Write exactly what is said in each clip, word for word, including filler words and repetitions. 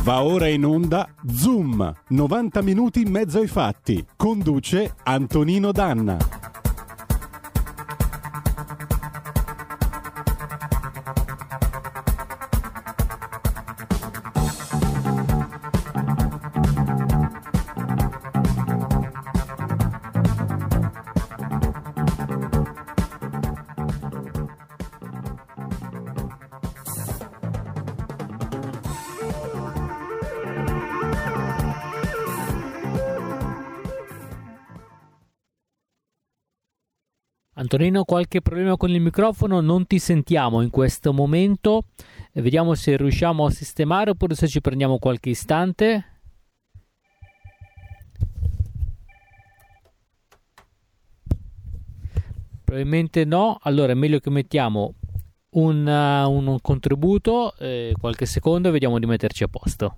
Va ora in onda Zoom, novanta minuti in mezzo ai fatti. Conduce Antonino Danna. Antonino, qualche problema con il microfono? Non ti sentiamo in questo momento. Vediamo se riusciamo a sistemare oppure se ci prendiamo qualche istante. Probabilmente no. Allora è meglio che mettiamo un, uh, un contributo, eh, qualche secondo, e vediamo di metterci a posto.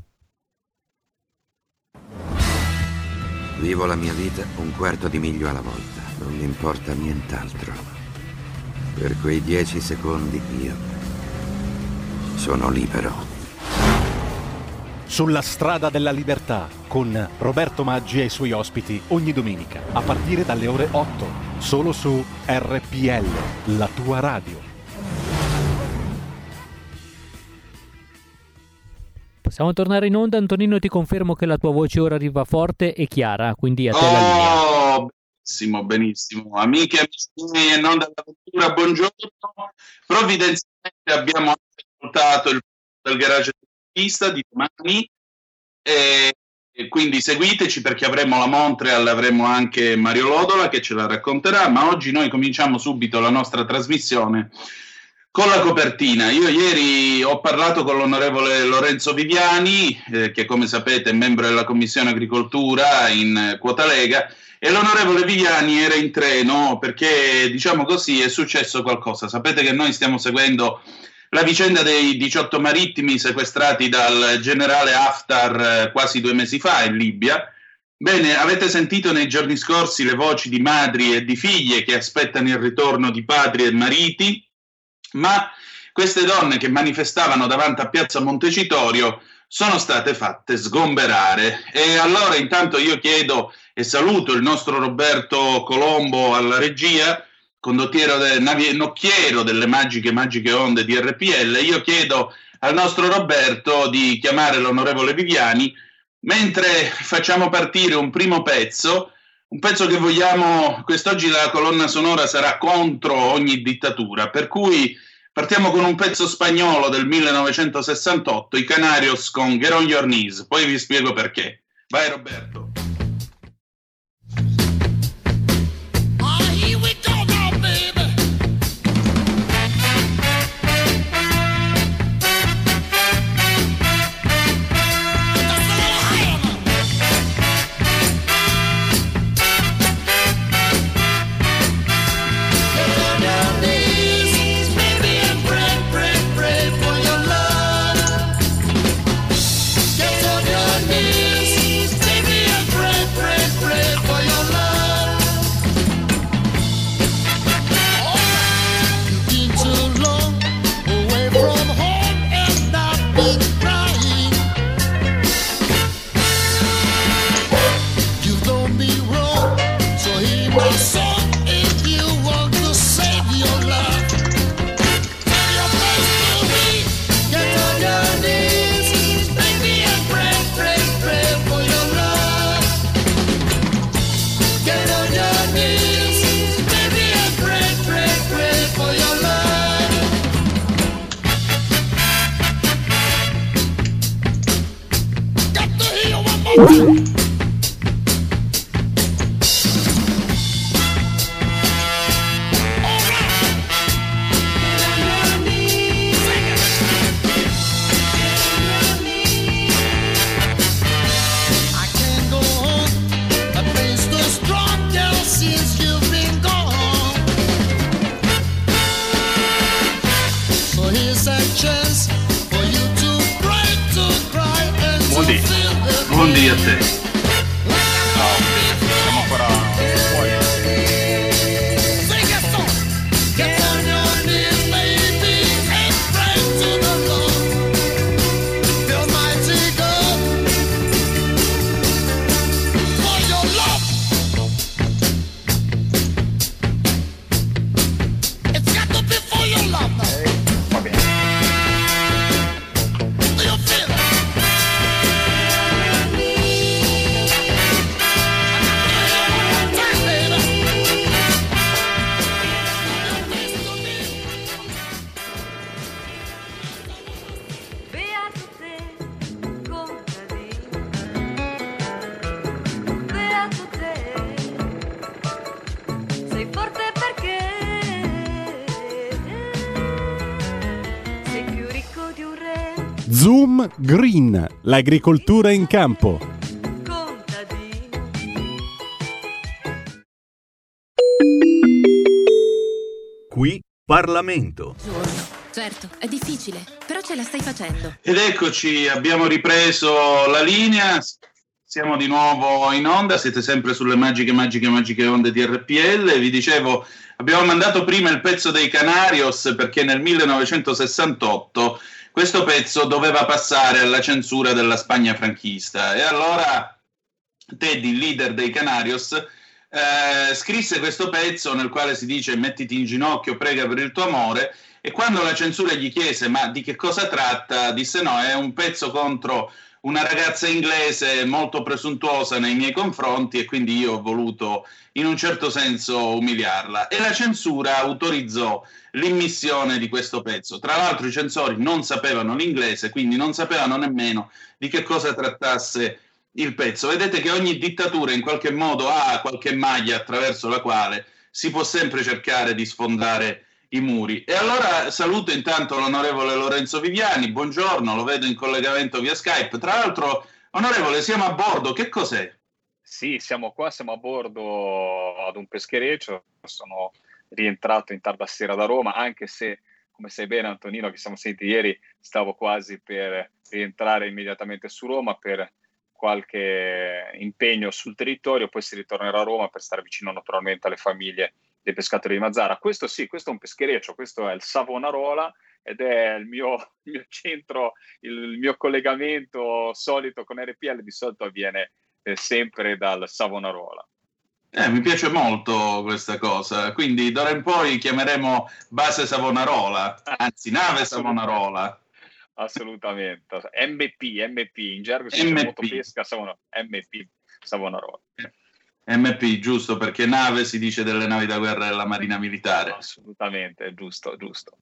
Vivo la mia vita un quarto di miglio alla volta. Non mi importa nient'altro. Per quei dieci secondi io sono libero. Sulla strada della libertà con Roberto Maggi e i suoi ospiti ogni domenica a partire dalle ore otto, solo su R P L, la tua radio. Possiamo tornare in onda. Antonino, ti confermo che la tua voce ora arriva forte e chiara, quindi a te oh! la linea. Benissimo, benissimo. Amiche e amici e non dalla cultura, buongiorno. Provvidenzialmente abbiamo ascoltato il del garage pista di domani e, e quindi seguiteci perché avremo la Montreal, avremo anche Mario Lodola che ce la racconterà, ma oggi noi cominciamo subito la nostra trasmissione con la copertina. Io ieri ho parlato con l'onorevole Lorenzo Viviani, eh, che come sapete è membro della Commissione Agricoltura in Quota Lega, e l'onorevole Viviani era in treno perché, diciamo così, è successo qualcosa. Sapete che noi stiamo seguendo la vicenda dei diciotto marittimi sequestrati dal generale Haftar eh, quasi due mesi fa in Libia. Bene, avete sentito nei giorni scorsi le voci di madri e di figlie che aspettano il ritorno di padri e mariti, ma queste donne che manifestavano davanti a Piazza Montecitorio sono state fatte sgomberare. E allora intanto io chiedo e saluto il nostro Roberto Colombo alla regia, condottiero del navi- nocchiero delle magiche magiche onde di R P L. Io chiedo al nostro Roberto di chiamare l'onorevole Viviani mentre facciamo partire un primo pezzo, un pezzo che vogliamo, quest'oggi la colonna sonora sarà contro ogni dittatura, per cui partiamo con un pezzo spagnolo del millenovecentosessantotto, i Canarios con Get on Your Knees, poi vi spiego perché. Vai Roberto. Buondì a te. No, siamo ancora fuori. Almighty God. Zoom Green, l'agricoltura in campo. Qui Parlamento. Certo, è difficile, però ce la stai facendo. Ed eccoci, abbiamo ripreso la linea, siamo di nuovo in onda, siete sempre sulle magiche, magiche, magiche onde di R P L. Vi dicevo, abbiamo mandato prima il pezzo dei Canarios perché nel millenovecentosessantotto questo pezzo doveva passare alla censura della Spagna franchista. E allora Teddy, il leader dei Canarios, eh, scrisse questo pezzo nel quale si dice mettiti in ginocchio, prega per il tuo amore. E quando la censura gli chiese ma di che cosa tratta, disse no, è un pezzo contro una ragazza inglese molto presuntuosa nei miei confronti e quindi io ho voluto in un certo senso umiliarla. E la censura autorizzò l'immissione di questo pezzo. Tra l'altro i censori non sapevano l'inglese, quindi non sapevano nemmeno di che cosa trattasse il pezzo. Vedete che ogni dittatura in qualche modo ha qualche maglia attraverso la quale si può sempre cercare di sfondare i muri. E allora saluto intanto l'onorevole Lorenzo Viviani, buongiorno, lo vedo in collegamento via Skype. Tra l'altro, onorevole, siamo a bordo, che cos'è? Sì, siamo qua, siamo a bordo ad un peschereccio, sono rientrato in tarda sera da Roma, anche se, come sai bene Antonino, che siamo sentiti ieri, stavo quasi per rientrare immediatamente su Roma per qualche impegno sul territorio, poi si ritornerà a Roma per stare vicino naturalmente alle famiglie dei pescatori di Mazara. Questo sì, questo è un peschereccio, questo è il Savonarola ed è il mio, il mio centro, il, il mio collegamento solito con R P L di solito avviene eh, sempre dal Savonarola. Eh, mi piace molto questa cosa, quindi d'ora in poi chiameremo base Savonarola, anzi nave Savonarola. Assolutamente, M P, M P, in gergo si dice motopesca, Savonarola, M P, Savonarola. M P, giusto, perché nave si dice delle navi da guerra della Marina Militare. Assolutamente, giusto, giusto.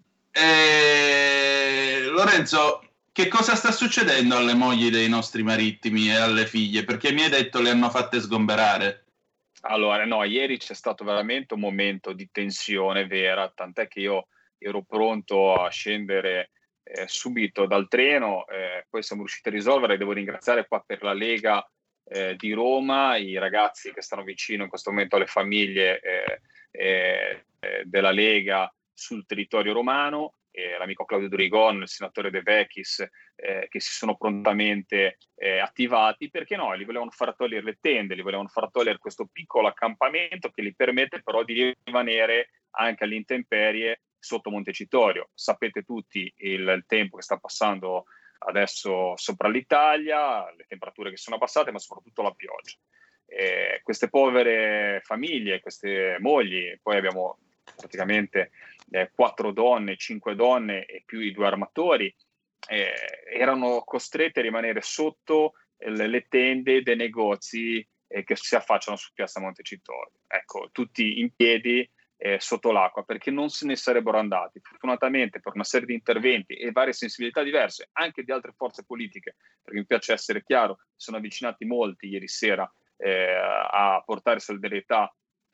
E... Lorenzo, che cosa sta succedendo alle mogli dei nostri marittimi e alle figlie? Perché mi hai detto le hanno fatte sgomberare. Allora, no, ieri c'è stato veramente un momento di tensione vera, tant'è che io ero pronto a scendere eh, subito dal treno, eh, poi siamo riusciti a risolvere. Devo ringraziare qua per la Lega Eh, di Roma, i ragazzi che stanno vicino in questo momento alle famiglie eh, eh, della Lega sul territorio romano, eh, l'amico Claudio Durigon, il senatore De Vecchis, eh, che si sono prontamente eh, attivati, perché no, li volevano far togliere le tende, li volevano far togliere questo piccolo accampamento che gli permette però di rimanere anche all'intemperie sotto Montecitorio. Sapete tutti il, il tempo che sta passando adesso sopra l'Italia, le temperature che sono abbassate, ma soprattutto la pioggia. Eh, queste povere famiglie, queste mogli, poi abbiamo praticamente eh, quattro donne, cinque donne e più i due armatori, eh, erano costrette a rimanere sotto le, le tende dei negozi eh, che si affacciano su Piazza Montecitorio. Ecco, tutti in piedi Eh, sotto l'acqua, perché non se ne sarebbero andati. Fortunatamente per una serie di interventi e varie sensibilità diverse anche di altre forze politiche, perché mi piace essere chiaro, sono avvicinati molti ieri sera eh, a portare solidarietà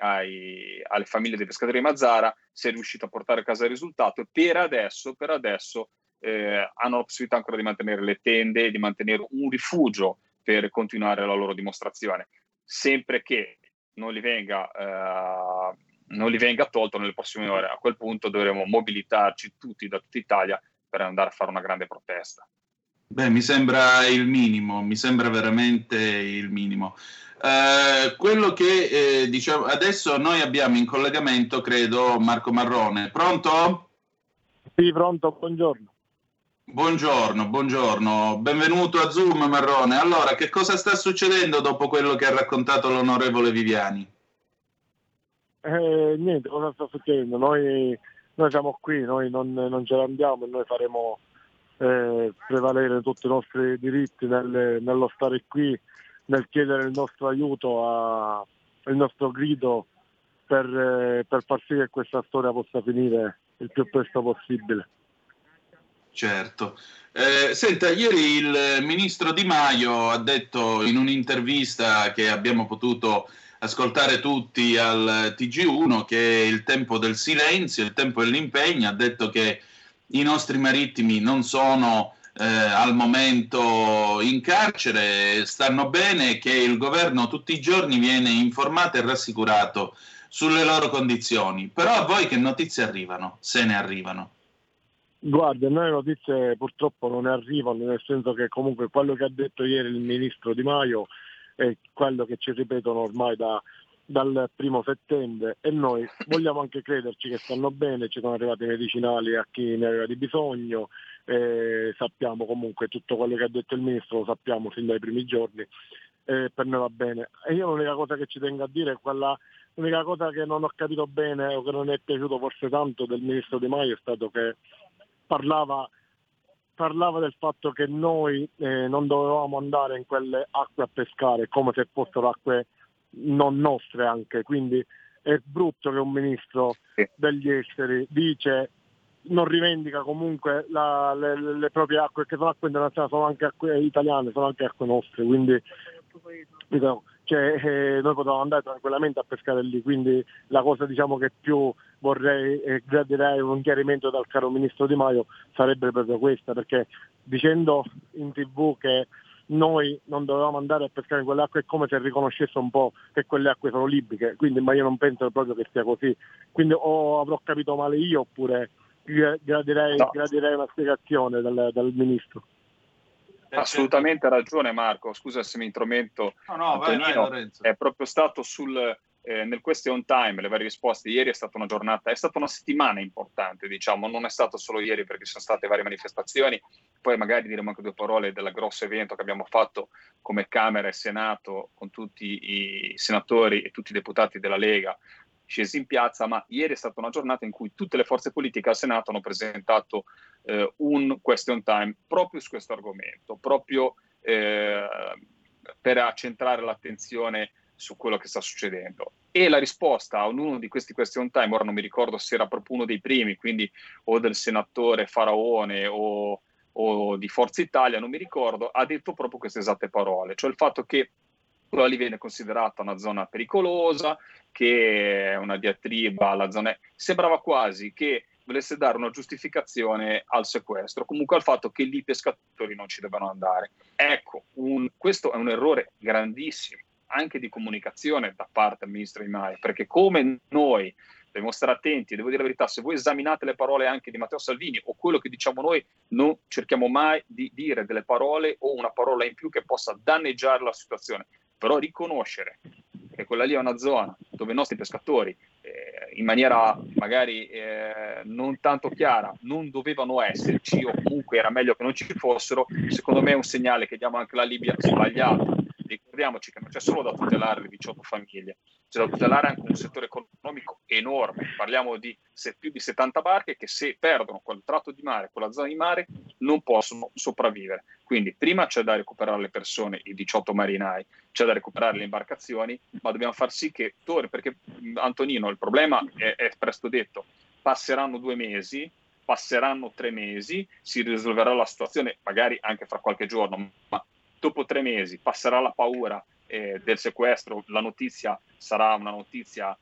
ai, alle famiglie dei pescatori di Mazara, si è riuscito a portare a casa il risultato e per adesso, per adesso eh, hanno la possibilità ancora di mantenere le tende, di mantenere un rifugio per continuare la loro dimostrazione, sempre che non li venga eh, non li venga tolto nelle prossime ore. A quel punto dovremo mobilitarci tutti da tutta Italia per andare a fare una grande protesta. Beh, mi sembra il minimo, mi sembra veramente il minimo. Eh, quello che eh, diciamo adesso noi abbiamo in collegamento, credo, Marco Marrone. Pronto? Sì, pronto, buongiorno. Buongiorno, buongiorno, benvenuto a Zoom Marrone. Allora, che cosa sta succedendo dopo quello che ha raccontato l'onorevole Viviani? Eh, niente, cosa sta succedendo? Noi, noi siamo qui, noi non, non ce ne andiamo e noi faremo eh, prevalere tutti i nostri diritti nel, nello stare qui, nel chiedere il nostro aiuto, a, il nostro grido per, eh, per far sì che questa storia possa finire il più presto possibile. Certo. Eh, senta, ieri il ministro Di Maio ha detto in un'intervista che abbiamo potuto ascoltare tutti al T G uno che è il tempo del silenzio, il tempo dell'impegno, ha detto che i nostri marittimi non sono eh, al momento in carcere stanno bene, che il governo tutti i giorni viene informato e rassicurato sulle loro condizioni. Però a voi che notizie arrivano, se ne arrivano? Guarda, a noi notizie purtroppo non ne arrivano, nel senso che comunque quello che ha detto ieri il ministro Di Maio è quello che ci ripetono ormai da, dal primo settembre, e noi vogliamo anche crederci che stanno bene, ci sono arrivati i medicinali a chi ne aveva di bisogno, eh, sappiamo comunque tutto quello che ha detto il ministro, lo sappiamo fin dai primi giorni, eh, per noi va bene. E io l'unica cosa che ci tengo a dire è quella, l'unica cosa che non ho capito bene o che non è piaciuto forse tanto del ministro Di Maio è stato che Parlava, parlava del fatto che noi eh, non dovevamo andare in quelle acque a pescare, come se fossero acque non nostre anche, quindi è brutto che un ministro degli esteri dice, non rivendica comunque la, le, le proprie acque, che sono acque internazionali, sono anche acque italiane, sono anche acque nostre, quindi diciamo, cioè, eh, noi potevamo andare tranquillamente a pescare lì, quindi la cosa diciamo che più vorrei e eh, gradirei un chiarimento dal caro ministro Di Maio sarebbe proprio questa, perché dicendo in tv che noi non dovevamo andare a pescare in quelle acque è come se riconoscesse un po' che quelle acque sono libiche, quindi ma io non penso proprio che sia così, quindi o avrò capito male io oppure gradirei, no. gradirei una spiegazione dal, dal ministro. Assolutamente ragione Marco, scusa se mi intrometto. No, no, vai, vai, Lorenzo. È proprio stato sul, eh, nel question time, le varie risposte. Ieri è stata una giornata, è stata una settimana importante, diciamo, non è stato solo ieri perché ci sono state varie manifestazioni, poi magari diremo anche due parole del grosso evento che abbiamo fatto come Camera e Senato con tutti i senatori e tutti i deputati della Lega scesi in piazza, ma ieri è stata una giornata in cui tutte le forze politiche al Senato hanno presentato eh, un question time proprio su questo argomento, proprio eh, per accentrare l'attenzione su quello che sta succedendo. E la risposta a uno di questi question time, ora non mi ricordo se era proprio uno dei primi, quindi o del senatore Faraone o, o di Forza Italia, non mi ricordo, ha detto proprio queste esatte parole, cioè il fatto che quella lì viene considerata una zona pericolosa, che è una diatriba alla zona. Sembrava quasi che volesse dare una giustificazione al sequestro, comunque al fatto che lì i pescatori non ci debbano andare. Ecco, un, questo è un errore grandissimo, anche di comunicazione da parte del ministro Di Maio, perché come noi dobbiamo stare attenti, devo dire la verità, se voi esaminate le parole anche di Matteo Salvini o quello che diciamo noi, non cerchiamo mai di dire delle parole o una parola in più che possa danneggiare la situazione, però riconoscere che quella lì è una zona dove i nostri pescatori eh, in maniera magari eh, non tanto chiara non dovevano esserci, o comunque era meglio che non ci fossero, secondo me è un segnale che diamo anche alla Libia sbagliato. Ricordiamoci che non c'è solo da tutelare le diciotto famiglie, c'è da tutelare anche un settore economico enorme, parliamo di se, più di settanta barche che se perdono quel tratto di mare, quella zona di mare, non possono sopravvivere. Quindi prima c'è da recuperare le persone, i diciotto marinai, c'è da recuperare le imbarcazioni, ma dobbiamo far sì che torni, perché Antonino, il problema è, è presto detto, passeranno due mesi, passeranno tre mesi, si risolverà la situazione magari anche fra qualche giorno, ma dopo tre mesi passerà la paura eh, del sequestro, la notizia sarà una notizia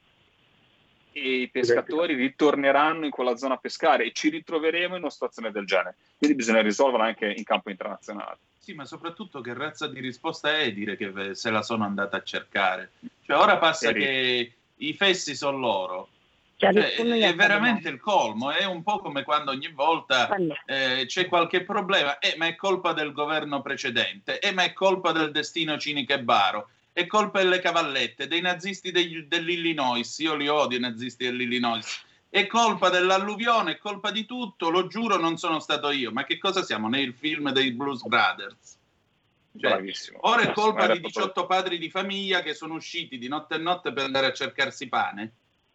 e i pescatori ritorneranno in quella zona a pescare e ci ritroveremo in una situazione del genere. Quindi bisogna risolverla anche in campo internazionale. Sì, ma soprattutto che razza di risposta è dire che se la sono andata a cercare? Cioè ora passa che i fessi sono loro. Cioè, è veramente il colmo, è un po' come quando ogni volta eh, c'è qualche problema, eh, ma è colpa del governo precedente, eh, ma è colpa del destino Ciniche e Baro, è colpa delle cavallette, dei nazisti degli, dell'Illinois, io li odio i nazisti dell'Illinois, è colpa dell'alluvione, è colpa di tutto, lo giuro non sono stato io, ma che cosa siamo, nel film dei Blues Brothers? Cioè, bravissimo. Ora è colpa di diciotto padri di famiglia che sono usciti di notte a notte per andare a cercarsi pane?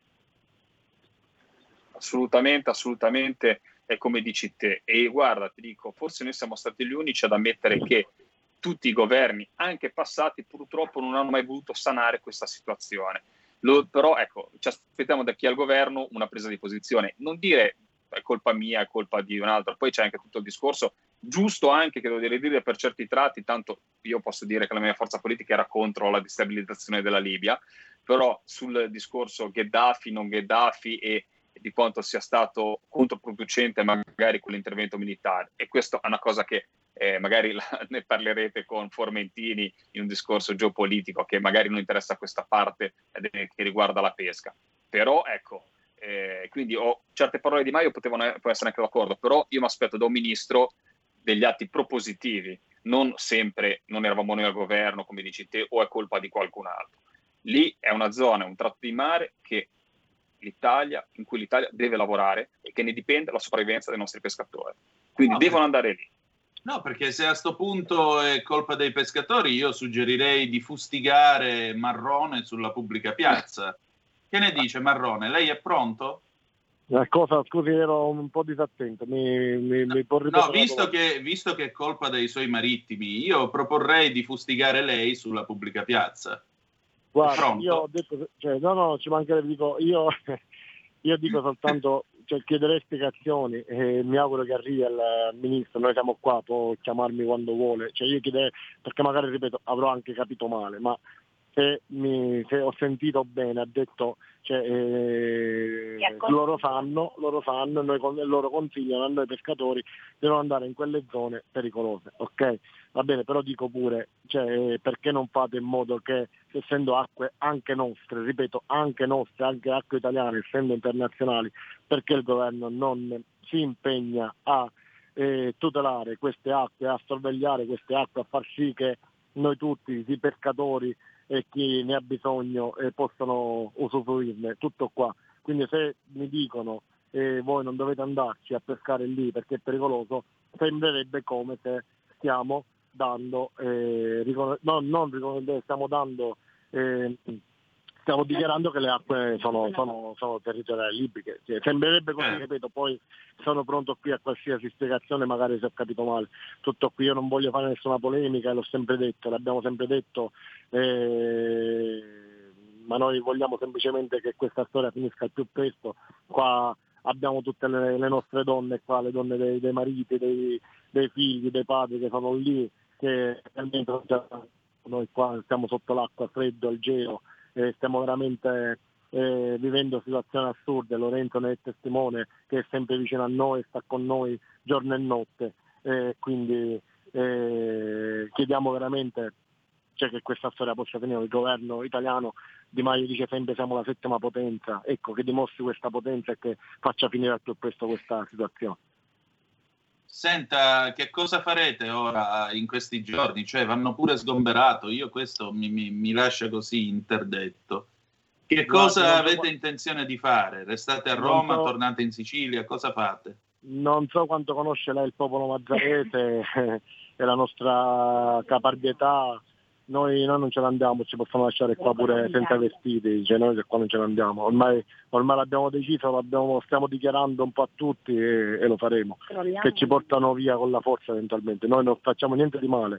Assolutamente, assolutamente è come dici te. E guarda, ti dico, forse noi siamo stati gli unici ad ammettere che tutti i governi, anche passati, purtroppo non hanno mai voluto sanare questa situazione. Lo, però ecco, ci aspettiamo da chi è al governo una presa di posizione, non dire è colpa mia, è colpa di un altro, poi c'è anche tutto il discorso, giusto anche che devo dire per certi tratti, tanto io posso dire che la mia forza politica era contro la destabilizzazione della Libia, però sul discorso Gheddafi, non Gheddafi e di quanto sia stato controproducente magari quell'intervento militare, e questa è una cosa che eh, magari la, ne parlerete con Formentini in un discorso geopolitico che magari non interessa questa parte eh, che riguarda la pesca. Però ecco, eh, quindi ho, certe parole di Maio potevano essere anche d'accordo, però io mi aspetto da un ministro degli atti propositivi, non sempre non eravamo noi al governo, come dici te, o è colpa di qualcun altro. Lì è una zona, un tratto di mare che l'Italia, in cui l'Italia deve lavorare e che ne dipende la sopravvivenza dei nostri pescatori. Quindi no, devono perché, andare lì. No, perché se a sto punto è colpa dei pescatori, io suggerirei di fustigare Marrone sulla pubblica piazza. Che ne dice Marrone? Lei è pronto? La cosa, scusi, ero un po' disattento. Mi, mi, mi può ripetere? No, visto che, visto che è colpa dei suoi marittimi, io proporrei di fustigare lei sulla pubblica piazza. Guarda, io ho detto, cioè, no, no, ci mancherebbe, dico, io, io dico soltanto, cioè, chiederei spiegazioni e mi auguro che arrivi al ministro, noi siamo qua, può chiamarmi quando vuole, cioè io chiederei, perché magari, ripeto, avrò anche capito male, ma se, mi, se ho sentito bene, ha detto, cioè, eh, loro sanno, loro sanno, noi, loro consigliano a noi pescatori di non andare in quelle zone pericolose, ok? Va bene, però dico pure, cioè, perché non fate in modo che, essendo acque anche nostre, ripeto, anche nostre, anche acque italiane, essendo internazionali, perché il governo non si impegna a eh, tutelare queste acque, a sorvegliare queste acque, a far sì che noi tutti, i pescatori e chi ne ha bisogno, eh, possano usufruirne, tutto qua. Quindi se mi dicono eh, voi non dovete andarci a pescare lì perché è pericoloso, sembrerebbe come se stiamo dando, eh, ricon- no, non ricon- stiamo dando, eh, stiamo dichiarando che le acque sono, sono, sono territoriali libiche. Cioè, sembrerebbe così, ripeto, poi sono pronto qui a qualsiasi spiegazione, magari se ho capito male. Tutto qui, io non voglio fare nessuna polemica, l'ho sempre detto, l'abbiamo sempre detto, eh, ma noi vogliamo semplicemente che questa storia finisca il più presto. Qua abbiamo tutte le, le nostre donne qua, le donne dei, dei mariti, dei, dei figli, dei padri che sono lì, che noi qua stiamo sotto l'acqua, freddo, al gelo, eh, stiamo veramente eh, vivendo situazioni assurde. Lorenzo ne è testimone, che è sempre vicino a noi, sta con noi giorno e notte, eh, quindi eh, chiediamo veramente, cioè, che questa storia possa finire. Il governo italiano, Di Maio dice sempre siamo la settima potenza, ecco, che dimostri questa potenza e che faccia finire al più presto questa situazione. Senta, che cosa farete ora in questi giorni? Cioè, vanno pure sgomberato, io questo mi, mi, mi lascia così interdetto. Che cosa Guarda, avete so, intenzione di fare? Restate a Roma, so, tornate in Sicilia, cosa fate? Non so quanto conosce lei il popolo mazzarese e la nostra caparbietà. Noi, noi non ce ne andiamo, ci possono lasciare qua pure senza vestiti, cioè noi qua non ce ne andiamo, ormai, ormai l'abbiamo deciso, l'abbiamo, stiamo dichiarando un po' a tutti e, e lo faremo, che ci portano via con la forza eventualmente. Noi non facciamo niente di male,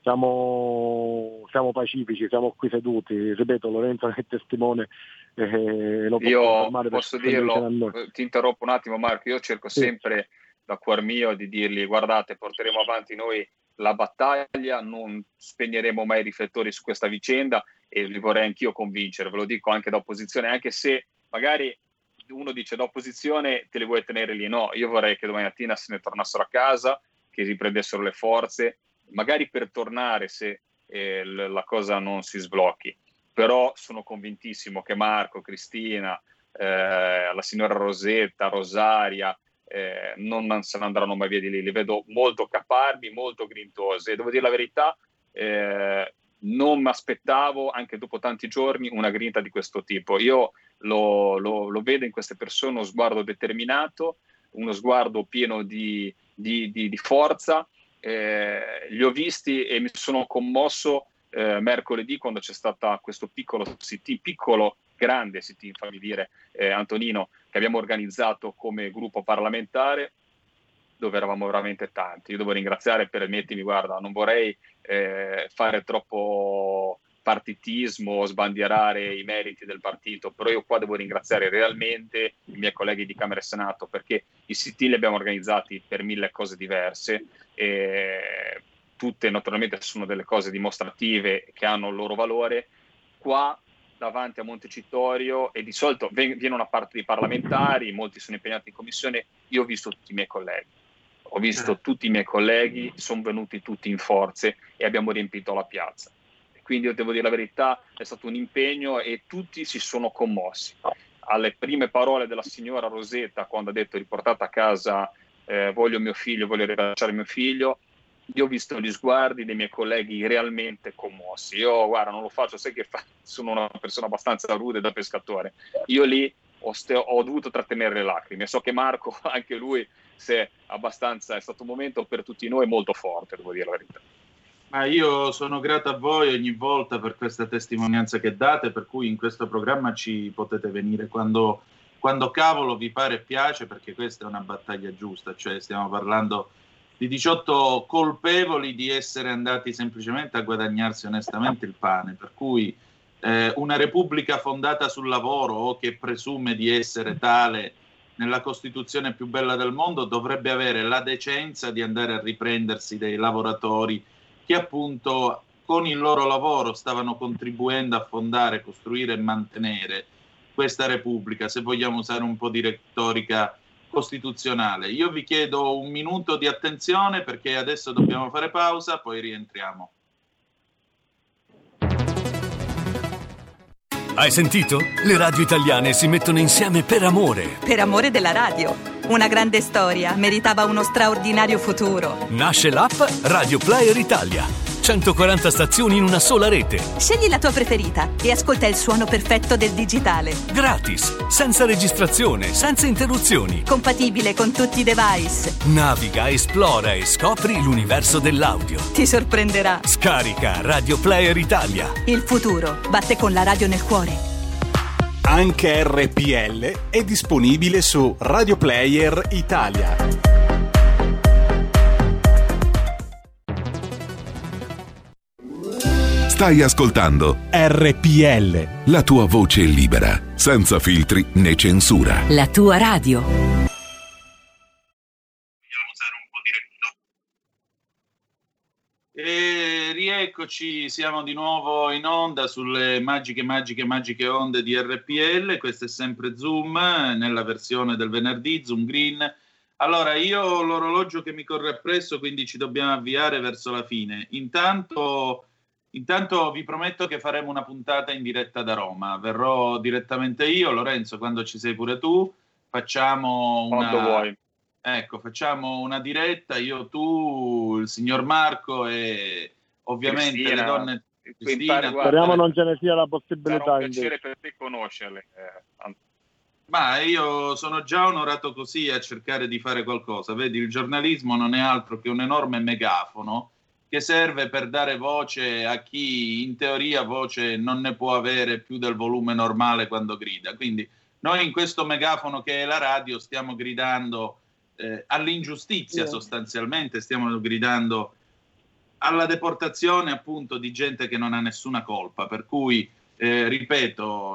siamo, siamo pacifici, siamo qui seduti, ripeto, Lorenzo è testimone, eh, lo può io confermare, posso dirlo, ti interrompo un attimo Marco, io cerco sì. sempre da cuor mio di dirgli guardate, porteremo avanti noi la battaglia, non spegneremo mai i riflettori su questa vicenda e li vorrei anch'io convincere, ve lo dico anche da opposizione, anche se magari uno dice da opposizione te li vuoi tenere lì, no, io vorrei che domani mattina se ne tornassero a casa, che riprendessero le forze, magari per tornare se eh, la cosa non si sblocchi, però sono convintissimo che Marco, Cristina, eh, la signora Rosetta, Rosaria, Eh, non se ne andranno mai via di lì, li vedo molto caparbi, molto grintosi e devo dire la verità, eh, non mi aspettavo anche dopo tanti giorni una grinta di questo tipo. Io lo, lo, lo vedo in queste persone uno sguardo determinato, uno sguardo pieno di, di, di, di forza, eh, li ho visti e mi sono commosso eh, mercoledì quando c'è stato questo piccolo sit-in, piccolo grande sit-in, fammi dire eh, Antonino, che abbiamo organizzato come gruppo parlamentare, dove eravamo veramente tanti. Io devo ringraziare, permettimi, guarda, non vorrei eh, fare troppo partitismo, sbandierare i meriti del partito, però io qua devo ringraziare realmente i miei colleghi di Camera e Senato, perché i sit-in li abbiamo organizzati per mille cose diverse, e tutte naturalmente sono delle cose dimostrative che hanno il loro valore. Qua davanti a Montecitorio e di solito viene una parte dei parlamentari, molti sono impegnati in commissione, io ho visto tutti i miei colleghi, ho visto tutti i miei colleghi, sono venuti tutti in forze e abbiamo riempito la piazza. Quindi io devo dire la verità, è stato un impegno e tutti si sono commossi. Alle prime parole della signora Rosetta, quando ha detto riportate a casa, eh, voglio mio figlio, voglio rilasciare mio figlio, io ho visto gli sguardi dei miei colleghi realmente commossi. Io, guarda, non lo faccio, sai che fa, sono una persona abbastanza rude da pescatore. Io lì ho, ste- ho dovuto trattenere le lacrime. So che Marco, anche lui, si è abbastanza, è stato un momento per tutti noi molto forte, devo dire la verità. Ma io sono grato a voi ogni volta per questa testimonianza che date, per cui in questo programma ci potete venire quando, quando cavolo vi pare e piace, perché questa è una battaglia giusta, cioè stiamo parlando di diciotto colpevoli di essere andati semplicemente a guadagnarsi onestamente il pane, per cui eh, una repubblica fondata sul lavoro o che presume di essere tale nella Costituzione più bella del mondo dovrebbe avere la decenza di andare a riprendersi dei lavoratori che appunto con il loro lavoro stavano contribuendo a fondare, costruire e mantenere questa Repubblica, se vogliamo usare un po' di retorica costituzionale. Io vi chiedo un minuto di attenzione perché adesso dobbiamo fare pausa, poi rientriamo. Hai sentito? Le radio italiane si mettono insieme per amore. Per amore della radio. Una grande storia meritava uno straordinario futuro. Nasce l'app Radio Player Italia. centoquaranta stazioni in una sola rete. Scegli la tua preferita e ascolta il suono perfetto del digitale. Gratis, senza registrazione, senza interruzioni. Compatibile con tutti i device. Naviga, esplora e scopri l'universo dell'audio. Ti sorprenderà. Scarica Radio Player Italia. Il futuro batte con la radio nel cuore. Anche R P L è disponibile su Radio Player Italia. Stai ascoltando R P L, la tua voce libera, senza filtri né censura. La tua radio. E rieccoci, siamo di nuovo in onda sulle magiche, magiche, magiche onde di R P L. Questo è sempre Zoom, nella versione del venerdì, Zoom Green. Allora, io ho l'orologio che mi corre appresso, quindi ci dobbiamo avviare verso la fine. Intanto... Intanto vi prometto che faremo una puntata in diretta da Roma. Verrò direttamente io, Lorenzo, quando ci sei pure tu, facciamo una... Quando vuoi. Ecco, facciamo una diretta, io, tu, il signor Marco e ovviamente Cristina, le donne... Cristina, speriamo non ce ne sia la possibilità. Sarà un piacere per te conoscerle. Eh, Ma io sono già onorato così a cercare di fare qualcosa. Vedi, il giornalismo non è altro che un enorme megafono che serve per dare voce a chi in teoria voce non ne può avere più del volume normale quando grida. Quindi noi in questo megafono che è la radio stiamo gridando eh, all'ingiustizia sostanzialmente, stiamo gridando alla deportazione appunto di gente che non ha nessuna colpa, per cui eh, ripeto,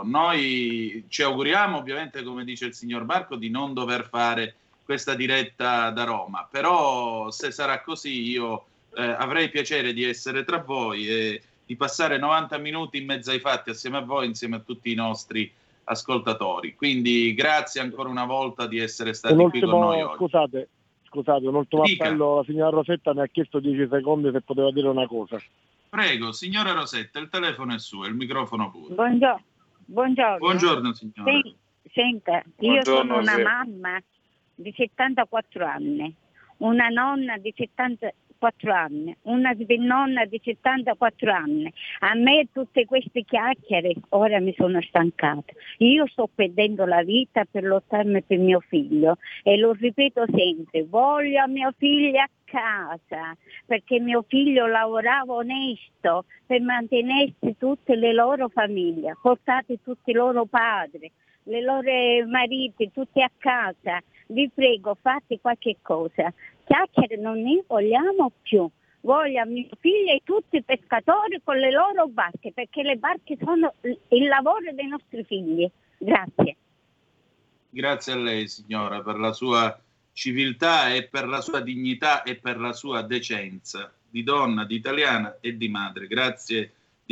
noi ci auguriamo ovviamente, come dice il signor Marco, di non dover fare questa diretta da Roma, però se sarà così io Eh, avrei piacere di essere tra voi e di passare novanta minuti in mezzo ai fatti assieme a voi, insieme a tutti i nostri ascoltatori. Quindi grazie ancora una volta di essere stati un qui ultimo, con noi oggi. Scusate, scusate, un ultimo Dica. appello. La signora Rosetta mi ha chiesto dieci secondi se poteva dire una cosa. Prego, signora Rosetta, il telefono è suo, il microfono pure. Buongiorno. Buongiorno, Buongiorno signora. Sen- senta, io Buongiorno, sono una sì. mamma di settantaquattro anni, una nonna di settantaquattro anni, una nonna di settantaquattro anni. A me tutte queste chiacchiere ora mi sono stancata. Io sto perdendo la vita per lottarmi per mio figlio e lo ripeto sempre, voglio a mio figlio a casa perché mio figlio lavorava onesto per mantenersi tutte le loro famiglie, portate tutti i loro padri, le loro mariti, tutti a casa. Vi prego, fate qualche cosa. Chiacchiere non ne vogliamo più. Voglio a mio figlio e tutti i pescatori con le loro barche, perché le barche sono il lavoro dei nostri figli. Grazie. Grazie a lei signora per la sua civiltà e per la sua dignità e per la sua decenza di donna, di italiana e di madre. Grazie di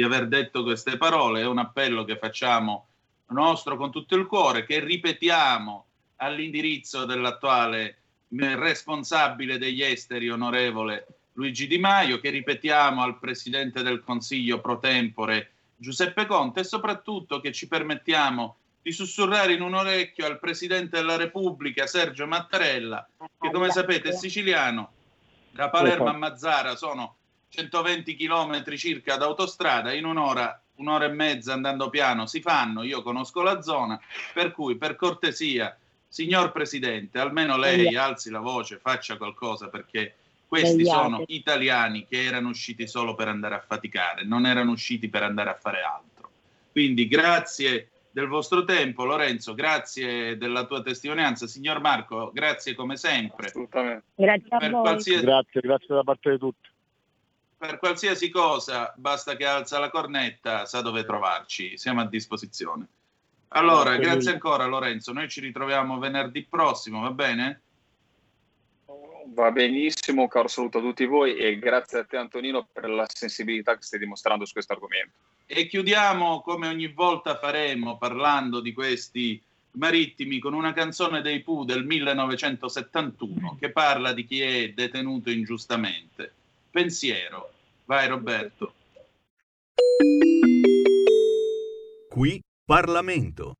di aver detto queste parole. È un appello che facciamo nostro con tutto il cuore, che ripetiamo all'indirizzo dell'attuale responsabile degli esteri, onorevole Luigi Di Maio, che ripetiamo al Presidente del Consiglio pro tempore Giuseppe Conte, e soprattutto che ci permettiamo di sussurrare in un orecchio al Presidente della Repubblica Sergio Mattarella, che come sapete è siciliano. Da Palermo a Mazzara sono centoventi chilometri circa d'autostrada, in un'ora, un'ora e mezza andando piano si fanno, io conosco la zona, per cui per cortesia, signor Presidente, almeno lei alzi la voce, faccia qualcosa, perché questi sono italiani che erano usciti solo per andare a faticare, non erano usciti per andare a fare altro. Quindi grazie del vostro tempo, Lorenzo, grazie della tua testimonianza. Signor Marco, grazie come sempre. Assolutamente. Grazie a per voi. Qualsiasi, grazie, grazie da parte di tutti. Per qualsiasi cosa, basta che alza la cornetta, sa dove trovarci, siamo a disposizione. Allora, grazie, grazie ancora Lorenzo, noi ci ritroviamo venerdì prossimo, va bene? Va benissimo, caro saluto a tutti voi e grazie a te Antonino per la sensibilità che stai dimostrando su questo argomento. E chiudiamo come ogni volta faremo, parlando di questi marittimi, con una canzone dei Pooh del millenovecentosettantuno che parla di chi è detenuto ingiustamente. Pensiero. Vai Roberto. Qui Parlamento.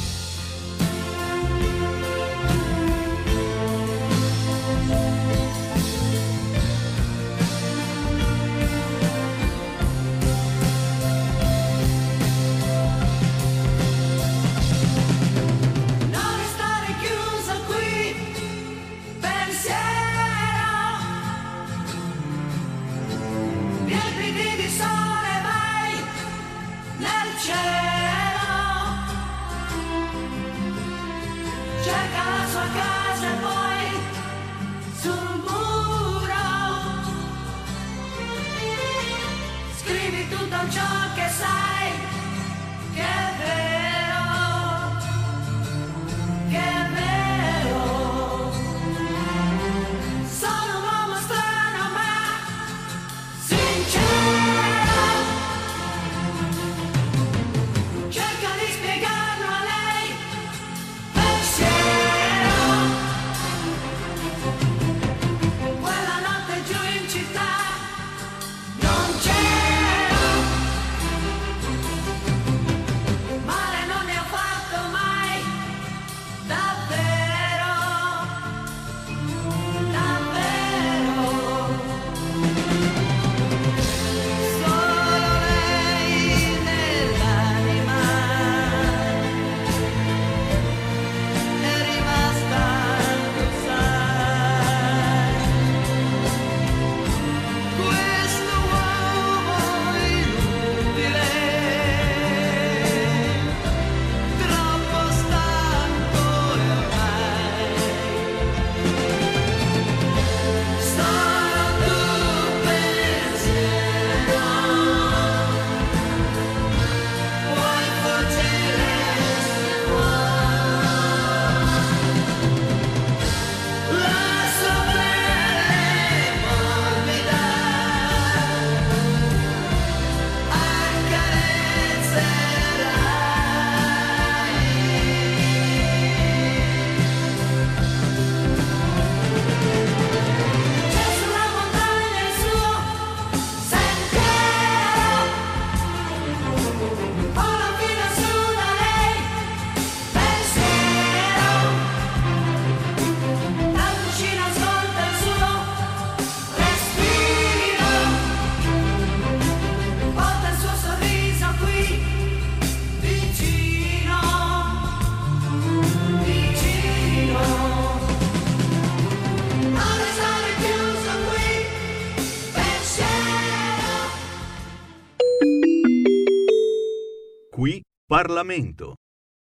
Qui Parlamento.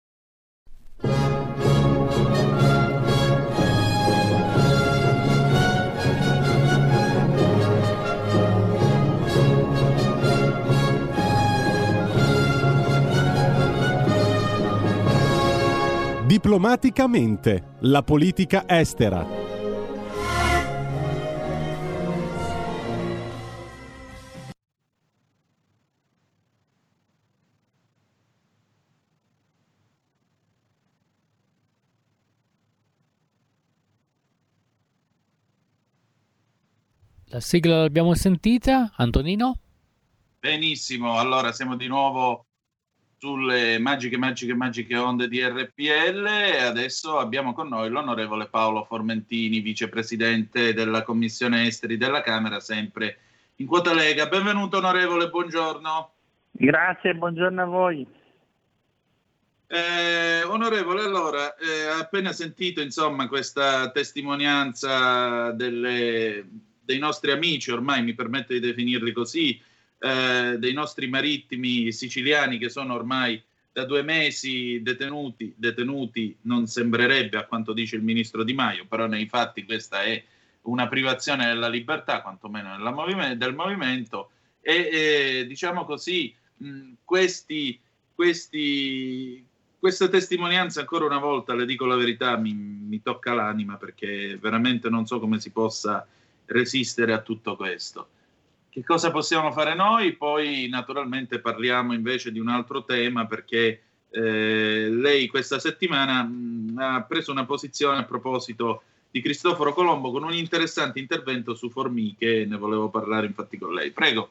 Diplomaticamente, la politica estera. La sigla l'abbiamo sentita, Antonino? Benissimo, allora siamo di nuovo sulle magiche, magiche, magiche onde di R P L e adesso abbiamo con noi l'onorevole Paolo Formentini, vicepresidente della Commissione Esteri della Camera, sempre in quota Lega. Benvenuto onorevole, buongiorno. Grazie, buongiorno a voi. Eh, onorevole, allora, eh, ha appena sentito insomma questa testimonianza delle, dei nostri amici, ormai mi permetto di definirli così, eh, dei nostri marittimi siciliani che sono ormai da due mesi detenuti, detenuti non sembrerebbe a quanto dice il ministro Di Maio, però nei fatti questa è una privazione della libertà, quantomeno nella movime- del movimento, e eh, diciamo così, mh, questi, questi Questa testimonianza, ancora una volta, le dico la verità, mi, mi tocca l'anima perché veramente non so come si possa resistere a tutto questo. Che cosa possiamo fare noi? Poi naturalmente parliamo invece di un altro tema perché eh, lei questa settimana mh, ha preso una posizione a proposito di Cristoforo Colombo con un interessante intervento su Formiche e ne volevo parlare infatti con lei. Prego.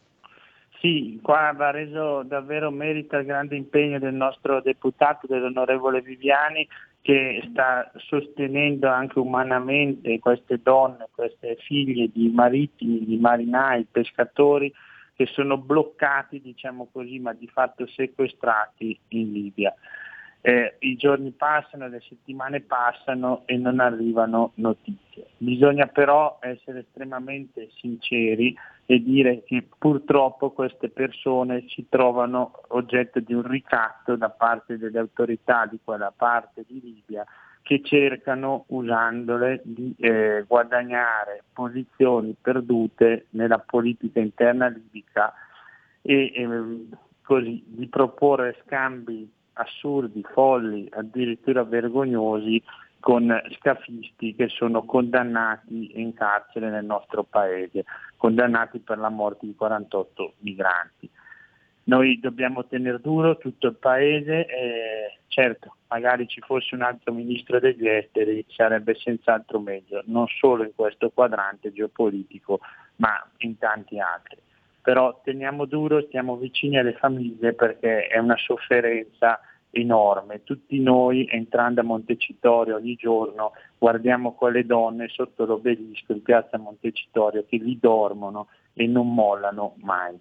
Sì, qua va reso davvero merito al grande impegno del nostro deputato, dell'onorevole Viviani, che sta sostenendo anche umanamente queste donne, queste figlie di marittimi, di marinai, pescatori che sono bloccati, diciamo così, ma di fatto sequestrati in Libia. Eh, I giorni passano, le settimane passano e non arrivano notizie. Bisogna però essere estremamente sinceri e dire che purtroppo queste persone si trovano oggetto di un ricatto da parte delle autorità di quella parte di Libia che cercano, usandole, di eh, guadagnare posizioni perdute nella politica interna libica e eh, così di proporre scambi assurdi, folli, addirittura vergognosi con scafisti che sono condannati in carcere nel nostro paese, condannati per la morte di quarantotto migranti. Noi dobbiamo tenere duro tutto il paese e certo, magari ci fosse un altro ministro degli esteri sarebbe senz'altro meglio, non solo in questo quadrante geopolitico, ma in tanti altri. Però teniamo duro, stiamo vicini alle famiglie perché è una sofferenza enorme. Tutti noi entrando a Montecitorio ogni giorno guardiamo quelle donne sotto l'obelisco in piazza Montecitorio che lì dormono e non mollano mai.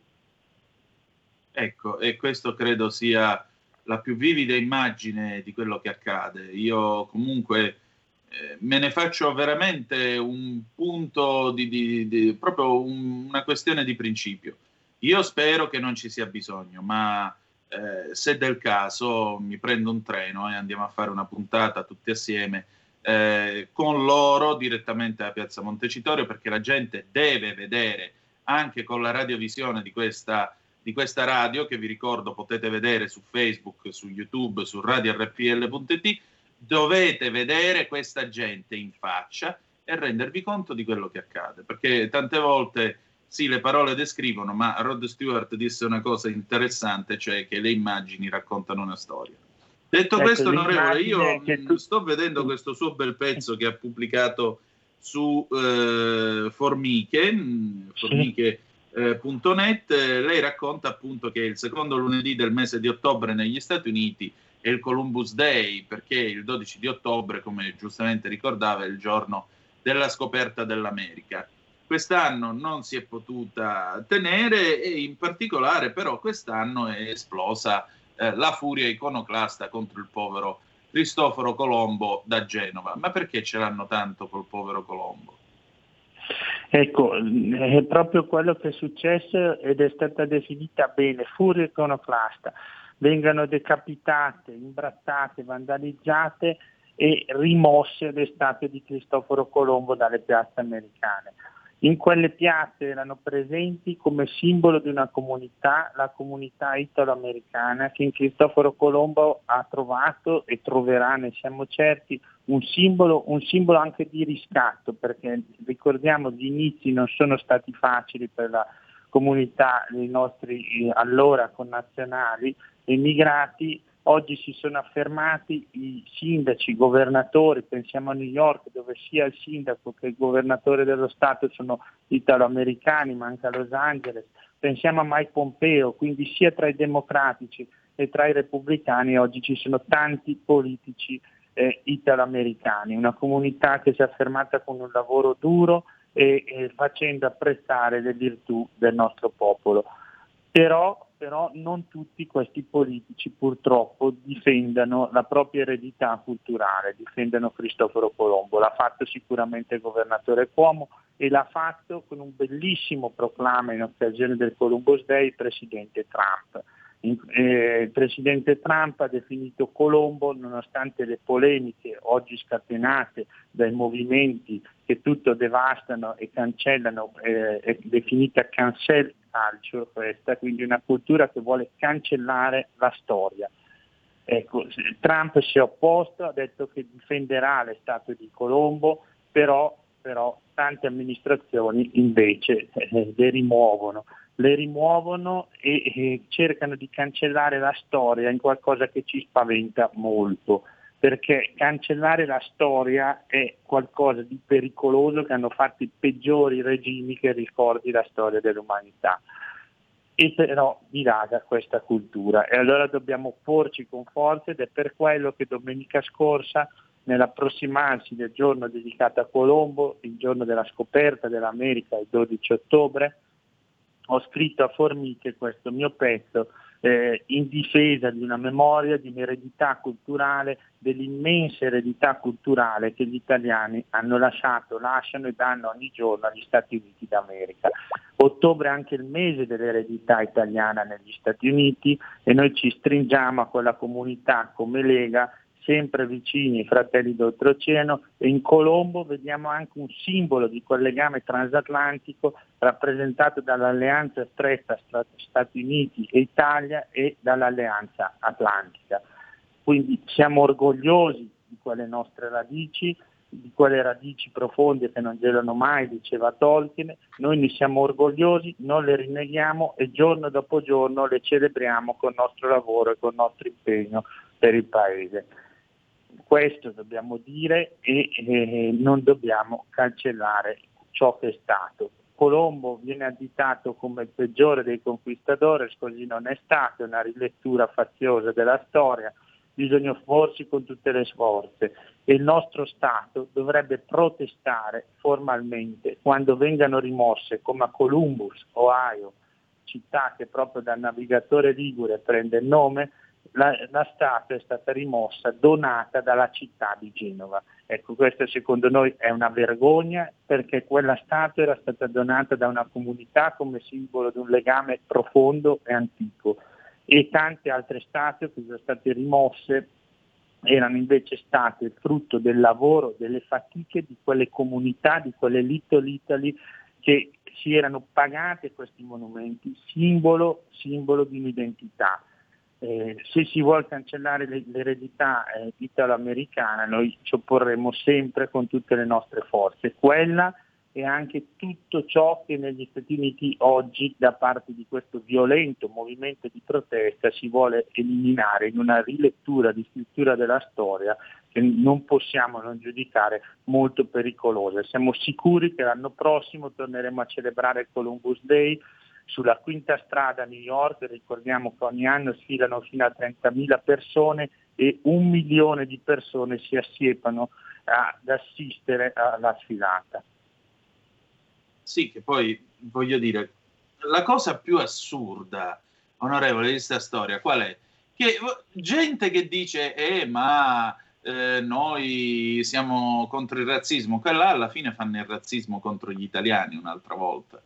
Ecco, e questo credo sia la più vivida immagine di quello che accade. Io comunque eh, me ne faccio veramente un punto di, di, di proprio un, una questione di principio. Io spero che non ci sia bisogno, ma eh, se del caso mi prendo un treno e andiamo a fare una puntata tutti assieme eh, con loro direttamente a Piazza Montecitorio, perché la gente deve vedere anche con la radiovisione di questa, di questa radio, che vi ricordo potete vedere su Facebook, su YouTube, su radio R P L punto it. Dovete vedere questa gente in faccia e rendervi conto di quello che accade, perché tante volte sì, le parole descrivono, ma Rod Stewart disse una cosa interessante, cioè che le immagini raccontano una storia. Detto ecco, questo, onorevole, io tu... sto vedendo questo suo bel pezzo che ha pubblicato su eh, Formiche, formiche punto net. Lei racconta appunto che il secondo lunedì del mese di ottobre negli Stati Uniti è il Columbus Day, perché il dodici di ottobre, come giustamente ricordava, è il giorno della scoperta dell'America. Quest'anno non si è potuta tenere e in particolare però quest'anno è esplosa eh, la furia iconoclasta contro il povero Cristoforo Colombo da Genova. Ma perché ce l'hanno tanto col povero Colombo? Ecco, è proprio quello che è successo ed è stata definita bene furia iconoclasta. Vengano decapitate, imbrattate, vandalizzate e rimosse le statue di Cristoforo Colombo dalle piazze americane. In quelle piazze erano presenti come simbolo di una comunità, la comunità italo-americana, che in Cristoforo Colombo ha trovato e troverà, ne siamo certi, un simbolo, un simbolo anche di riscatto, perché ricordiamo gli inizi non sono stati facili per la comunità dei nostri allora connazionali immigrati Oggi si sono affermati i sindaci, i governatori, pensiamo a New York dove sia il sindaco che il governatore dello Stato sono italo-americani, ma anche a Los Angeles, pensiamo a Mike Pompeo, quindi sia tra i democratici e tra i repubblicani oggi ci sono tanti politici eh, italo-americani, una comunità che si è affermata con un lavoro duro e, e facendo apprezzare le virtù del nostro popolo. Però, però non tutti questi politici purtroppo difendano la propria eredità culturale, difendono Cristoforo Colombo. L'ha fatto sicuramente il governatore Cuomo e l'ha fatto con un bellissimo proclama in occasione del Columbus Day il presidente Trump. In, eh, il presidente Trump ha definito Colombo, nonostante le polemiche oggi scatenate dai movimenti che tutto devastano e cancellano, eh, è definita cancel culture questa, quindi una cultura che vuole cancellare la storia. Ecco, Trump si è opposto, ha detto che difenderà le statue di Colombo, però, però tante amministrazioni invece eh, le rimuovono. le rimuovono e, e cercano di cancellare la storia in qualcosa che ci spaventa molto, perché cancellare la storia è qualcosa di pericoloso che hanno fatto i peggiori regimi che ricordi la storia dell'umanità. E però dilaga questa cultura e allora dobbiamo porci con forza, ed è per quello che domenica scorsa, nell'approssimarsi del giorno dedicato a Colombo, il giorno della scoperta dell'America, il dodici ottobre, ho scritto a Formiche questo mio pezzo eh, in difesa di una memoria, di un'eredità culturale, dell'immensa eredità culturale che gli italiani hanno lasciato, lasciano e danno ogni giorno agli Stati Uniti d'America. Ottobre è anche il mese dell'eredità italiana negli Stati Uniti e noi ci stringiamo a quella comunità come Lega, sempre vicini ai fratelli d'oltreoceano, e in Colombo vediamo anche un simbolo di quel legame transatlantico rappresentato dall'alleanza stretta tra Stati Uniti e Italia e dall'alleanza atlantica. Quindi siamo orgogliosi di quelle nostre radici, di quelle radici profonde che non gelano mai, diceva Tolkien. Noi ne siamo orgogliosi, non le rinneghiamo e giorno dopo giorno le celebriamo col nostro lavoro e col nostro impegno per il Paese. Questo dobbiamo dire e eh, non dobbiamo cancellare ciò che è stato. Colombo viene additato come il peggiore dei conquistadores, così non è stato, è una rilettura faziosa della storia, bisogna porsi con tutte le forze e il nostro Stato dovrebbe protestare formalmente quando vengano rimosse, come a Columbus, Ohio, città che proprio dal navigatore ligure prende il nome, La, la statua è stata rimossa, donata dalla città di Genova. Ecco, questa secondo noi è una vergogna, perché quella statua era stata donata da una comunità come simbolo di un legame profondo e antico, e tante altre statue che sono state rimosse erano invece state frutto del lavoro, delle fatiche di quelle comunità, di quelle Little Italy che si erano pagate questi monumenti, simbolo, simbolo di un'identità. Eh, se si vuole cancellare l'eredità eh, italo-americana, noi ci opporremo sempre con tutte le nostre forze, quella e anche tutto ciò che negli Stati Uniti oggi da parte di questo violento movimento di protesta si vuole eliminare in una rilettura di scrittura della storia che non possiamo non giudicare molto pericolosa. Siamo sicuri che l'anno prossimo torneremo a celebrare il Columbus Day sulla Quinta Strada a New York. Ricordiamo che ogni anno sfilano fino a trentamila persone e un milione di persone si assiepano ad assistere alla sfilata. Sì, che poi voglio dire, la cosa più assurda, onorevole, di questa storia qual è? Che gente che dice eh ma eh, noi siamo contro il razzismo, quella alla fine fanno il razzismo contro gli italiani un'altra volta.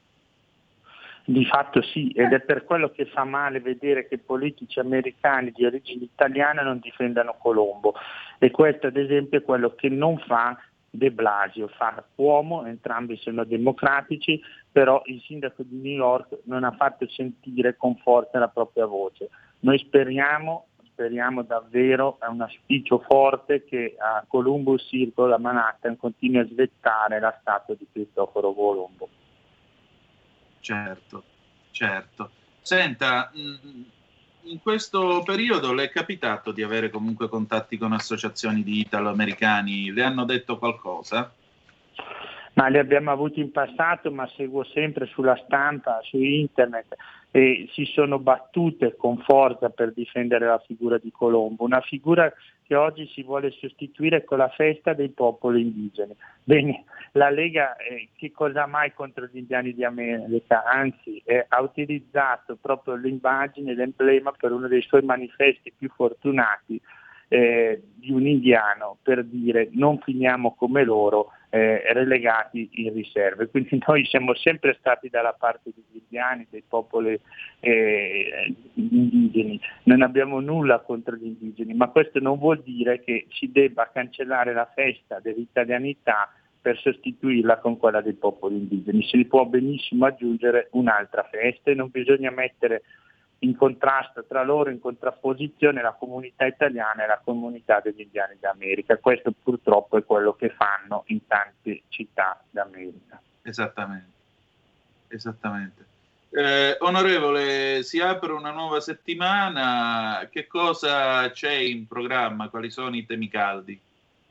Di fatto sì, ed è per quello che fa male vedere che politici americani di origine italiana non difendano Colombo, e questo ad esempio è quello che non fa De Blasio, fa Cuomo, entrambi sono democratici, però il sindaco di New York non ha fatto sentire con forza la propria voce. Noi speriamo, speriamo davvero, è un auspicio forte, che a Columbus Circle a Manhattan continui a svettare la statua di Cristoforo Colombo. Certo, certo. Senta, mh, in questo periodo le è capitato di avere comunque contatti con associazioni di italo-americani? Le hanno detto qualcosa? Ma li abbiamo avuti in passato, ma seguo sempre sulla stampa, su internet, e si sono battute con forza per difendere la figura di Colombo, una figura che oggi si vuole sostituire con la festa dei popoli indigeni. Bene, la Lega eh, che cosa ha mai contro gli indiani di America? Anzi, eh, ha utilizzato proprio l'immagine, l'emblema per uno dei suoi manifesti più fortunati eh, di un indiano, per dire non finiamo come loro, Eh, relegati in riserve. Quindi noi siamo sempre stati dalla parte degli indiani, dei popoli eh, indigeni, non abbiamo nulla contro gli indigeni, ma questo non vuol dire che si debba cancellare la festa dell'italianità per sostituirla con quella dei popoli indigeni. Si può benissimo aggiungere un'altra festa e non bisogna mettere in contrasto tra loro, in contrapposizione la comunità italiana e la comunità degli indiani d'America. Questo purtroppo è quello che fanno in tante città d'America. Esattamente, esattamente. Eh, onorevole, si apre una nuova settimana, che cosa c'è in programma? Quali sono i temi caldi?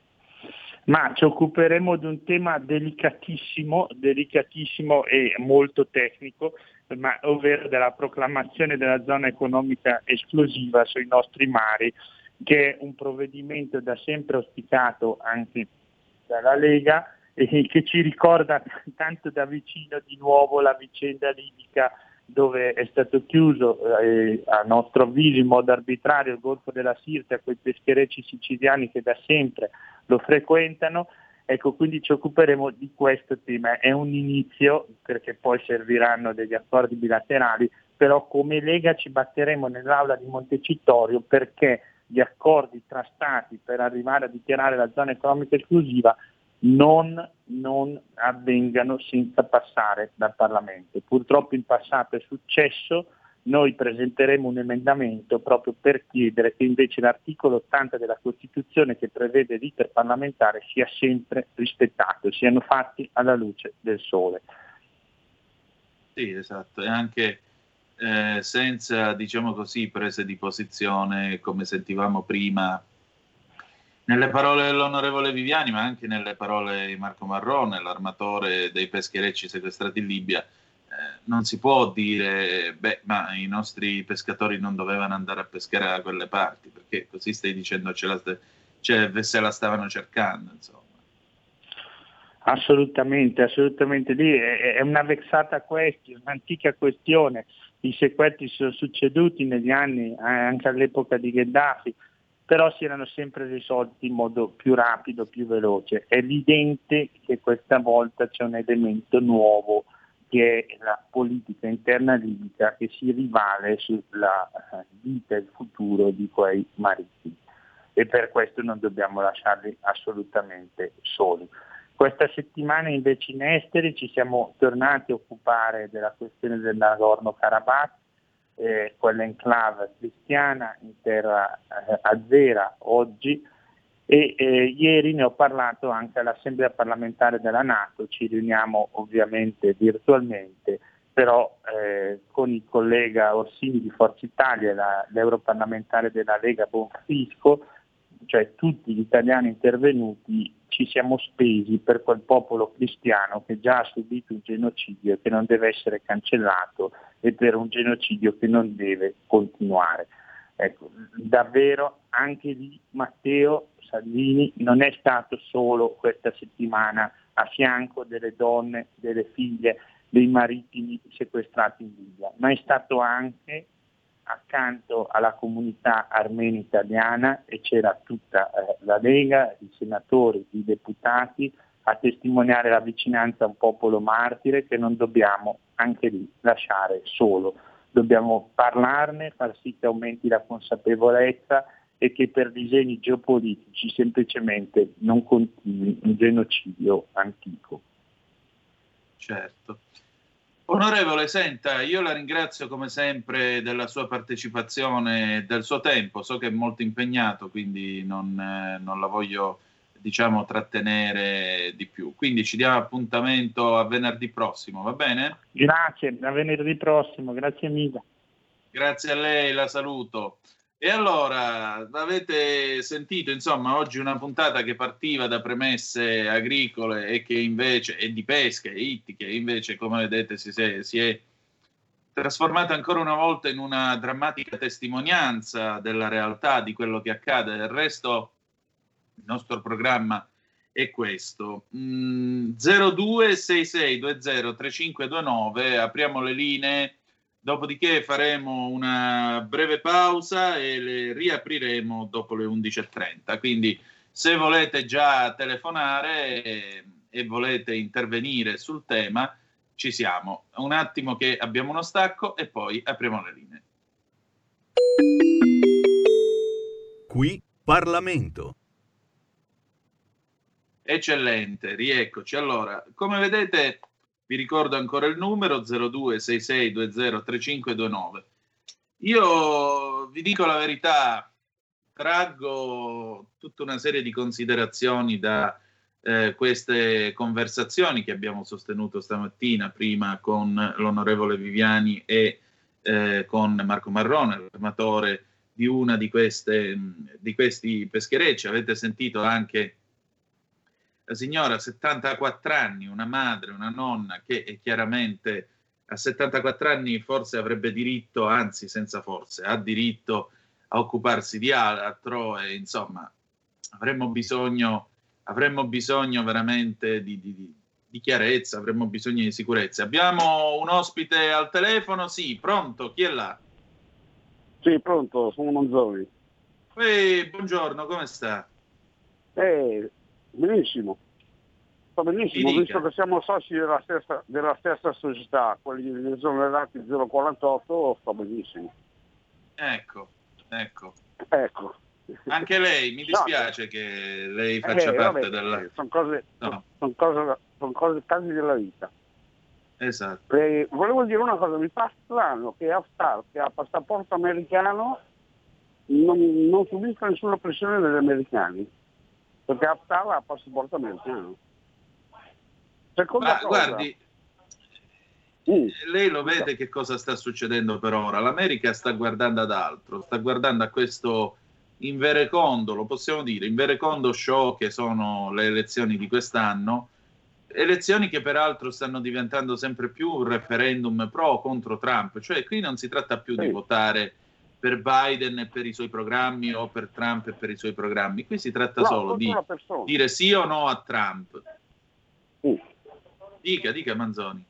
Ma ci occuperemo di un tema delicatissimo, delicatissimo e molto tecnico, ma ovvero della proclamazione della zona economica esclusiva sui nostri mari, che è un provvedimento da sempre auspicato anche dalla Lega e che ci ricorda tanto da vicino di nuovo la vicenda libica, dove è stato chiuso eh, a nostro avviso in modo arbitrario il Golfo della Sirte a quei pescherecci siciliani che da sempre lo frequentano. Ecco, quindi ci occuperemo di questo tema. È un inizio, perché poi serviranno degli accordi bilaterali, però come Lega ci batteremo nell'aula di Montecitorio perché gli accordi tra stati per arrivare a dichiarare la zona economica esclusiva non, non avvengano senza passare dal Parlamento. Purtroppo in passato è successo. Noi presenteremo un emendamento proprio per chiedere che invece l'articolo ottanta della Costituzione, che prevede l'iter parlamentare, sia sempre rispettato, siano fatti alla luce del sole. Sì, esatto, e anche eh, senza, diciamo così, prese di posizione, come sentivamo prima nelle parole dell'onorevole Viviani, ma anche nelle parole di Marco Marrone, l'armatore dei pescherecci sequestrati in Libia. Eh, non si può dire, beh, ma i nostri pescatori non dovevano andare a pescare da quelle parti, perché così stai dicendo ce la, cioè, se la stavano cercando, insomma. Assolutamente, assolutamente. Lì è, è una vexata questione, un'antica questione. I sequestri si sono succeduti negli anni, eh, anche all'epoca di Gheddafi, però si erano sempre risolti in modo più rapido, più veloce. È evidente che questa volta c'è un elemento nuovo, che è la politica interna libica che si rivale sulla vita e il futuro di quei marittimi, e per questo non dobbiamo lasciarli assolutamente soli. Questa settimana invece in esteri ci siamo tornati a occupare della questione del Nagorno-Karabakh, eh, quella enclave cristiana in terra eh, azera oggi, e eh, ieri ne ho parlato anche all'Assemblea parlamentare della NATO. Ci riuniamo ovviamente virtualmente, però eh, con il collega Orsini di Forza Italia e la, l'europarlamentare della Lega Bonfrisco, cioè tutti gli italiani intervenuti, ci siamo spesi per quel popolo cristiano che già ha subito un genocidio e che non deve essere cancellato, e per un genocidio che non deve continuare. Ecco, davvero anche lì Matteo Salvini non è stato solo questa settimana a fianco delle donne, delle figlie, dei marittimi sequestrati in Libia, ma è stato anche accanto alla comunità armena italiana, e c'era tutta eh, la Lega, i senatori, i deputati a testimoniare la vicinanza a un popolo martire che non dobbiamo anche lì lasciare solo. Dobbiamo parlarne, far sì che aumenti la consapevolezza e che per disegni geopolitici semplicemente non continui un genocidio antico. Certo. Onorevole, senta, io la ringrazio come sempre della sua partecipazione e del suo tempo. So che è molto impegnato, quindi non, eh, non la voglio, diciamo, trattenere di più. Quindi ci diamo appuntamento a venerdì prossimo, va bene? Grazie, a venerdì prossimo, grazie mille. Grazie a lei, la saluto. E allora, avete sentito, insomma, oggi una puntata che partiva da premesse agricole e che invece, e di pesca e ittiche, e invece, come vedete, si, si è trasformata ancora una volta in una drammatica testimonianza della realtà, di quello che accade. Del resto, il nostro programma è questo. Mm, zero due sei sei due zero tre cinque due nove, apriamo le linee. Dopodiché faremo una breve pausa e le riapriremo dopo le undici e trenta. Quindi se volete già telefonare e, e volete intervenire sul tema, ci siamo. Un attimo che abbiamo uno stacco e poi apriamo le linee. Qui Parlamento. Eccellente, rieccoci. Allora, come vedete, vi ricordo ancora il numero zero due sei sei due zero tre cinque due nove. Io vi dico la verità, traggo tutta una serie di considerazioni da eh, queste conversazioni che abbiamo sostenuto stamattina, prima con l'onorevole Viviani e eh, con Marco Marrone, l'armatore di una di queste di questi pescherecci. Avete sentito anche la signora, settantaquattro anni, una madre, una nonna, che è chiaramente a settantaquattro anni forse avrebbe diritto, anzi senza forse, ha diritto a occuparsi di altro, e insomma avremmo bisogno, avremmo bisogno veramente di, di, di chiarezza, avremmo bisogno di sicurezza. Abbiamo un ospite al telefono? Sì, pronto? Chi è là? Sì, pronto, sono Manzoni. Ehi, buongiorno, come sta? Eh... Benissimo, sto benissimo, visto che siamo soci della stessa, della stessa società, quelli delle zone dati zero quarantotto, sto benissimo. Ecco, ecco. Ecco. Anche lei, mi dispiace no, che lei faccia eh, parte vabbè, della... Sono cose, no. son cose, son cose, casi della vita. Esatto. Eh, volevo dire una cosa, mi fa strano che Haftar, che ha passaporto americano, non, non subisca nessuna pressione degli americani. Perché Haftar ha passaporto americano. Seconda Ma cosa, guardi, mm. lei lo vede che cosa sta succedendo per ora. L'America sta guardando ad altro, sta guardando a questo inverecondo, lo possiamo dire, inverecondo show che sono le elezioni di quest'anno, elezioni che peraltro stanno diventando sempre più un referendum pro o contro Trump. Cioè qui non si tratta più sì. di votare per Biden e per i suoi programmi o per Trump e per i suoi programmi. Qui si tratta no, solo di dire sì o no a Trump. Mm. Dica, dica Manzoni.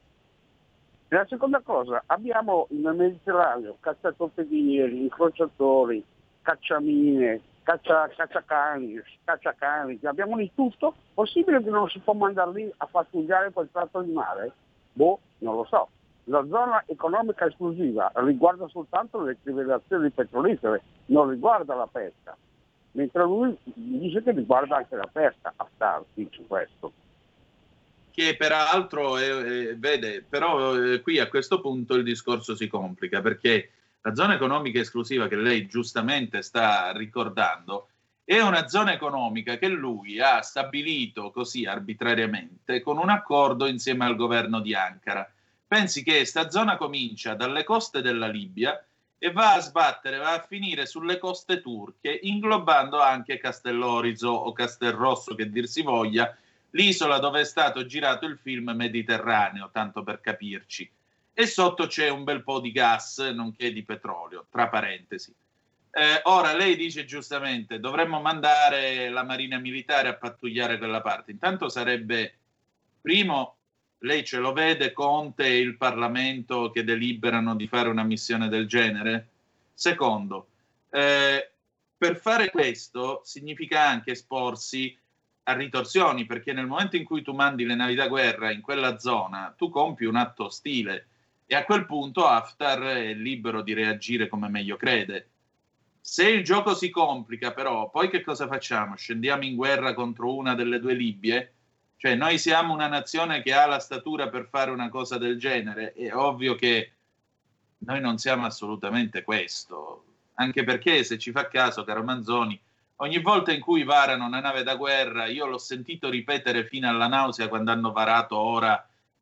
E la seconda cosa, abbiamo nel Mediterraneo cacciatorpedinieri, incrociatori, cacciamine, caccia, cacciacani, cacciacani, abbiamo di tutto. Possibile che non si può mandare lì a pattugliare quel tratto di mare? Boh, non lo so. La zona economica esclusiva riguarda soltanto le trivellazioni petrolifere, non riguarda la pesca, mentre lui dice che riguarda anche la pesca. Haftar dice questo. Che peraltro, eh, eh, vede, però eh, qui a questo punto il discorso si complica, perché la zona economica esclusiva che lei giustamente sta ricordando è una zona economica che lui ha stabilito così arbitrariamente con un accordo insieme al governo di Ankara. Pensi che sta zona comincia dalle coste della Libia e va a sbattere, va a finire sulle coste turche, inglobando anche Castellorizo o Castelrosso, che dir si voglia, l'isola dove è stato girato il film Mediterraneo, tanto per capirci. E sotto c'è un bel po' di gas, nonché di petrolio, tra parentesi. Eh, ora lei dice giustamente, dovremmo mandare la Marina Militare a pattugliare quella parte. Intanto sarebbe, primo, lei ce lo vede Conte e il Parlamento che deliberano di fare una missione del genere? Secondo, eh, per fare questo significa anche esporsi a ritorsioni, perché nel momento in cui tu mandi le navi da guerra in quella zona, tu compi un atto ostile e a quel punto Haftar è libero di reagire come meglio crede. Se il gioco si complica però, poi che cosa facciamo? Scendiamo in guerra contro una delle due Libie? Cioè noi siamo una nazione che ha la statura per fare una cosa del genere? È ovvio che noi non siamo assolutamente questo, anche perché se ci fa caso, caro Manzoni, ogni volta in cui varano una nave da guerra, io l'ho sentito ripetere fino alla nausea quando hanno varato ora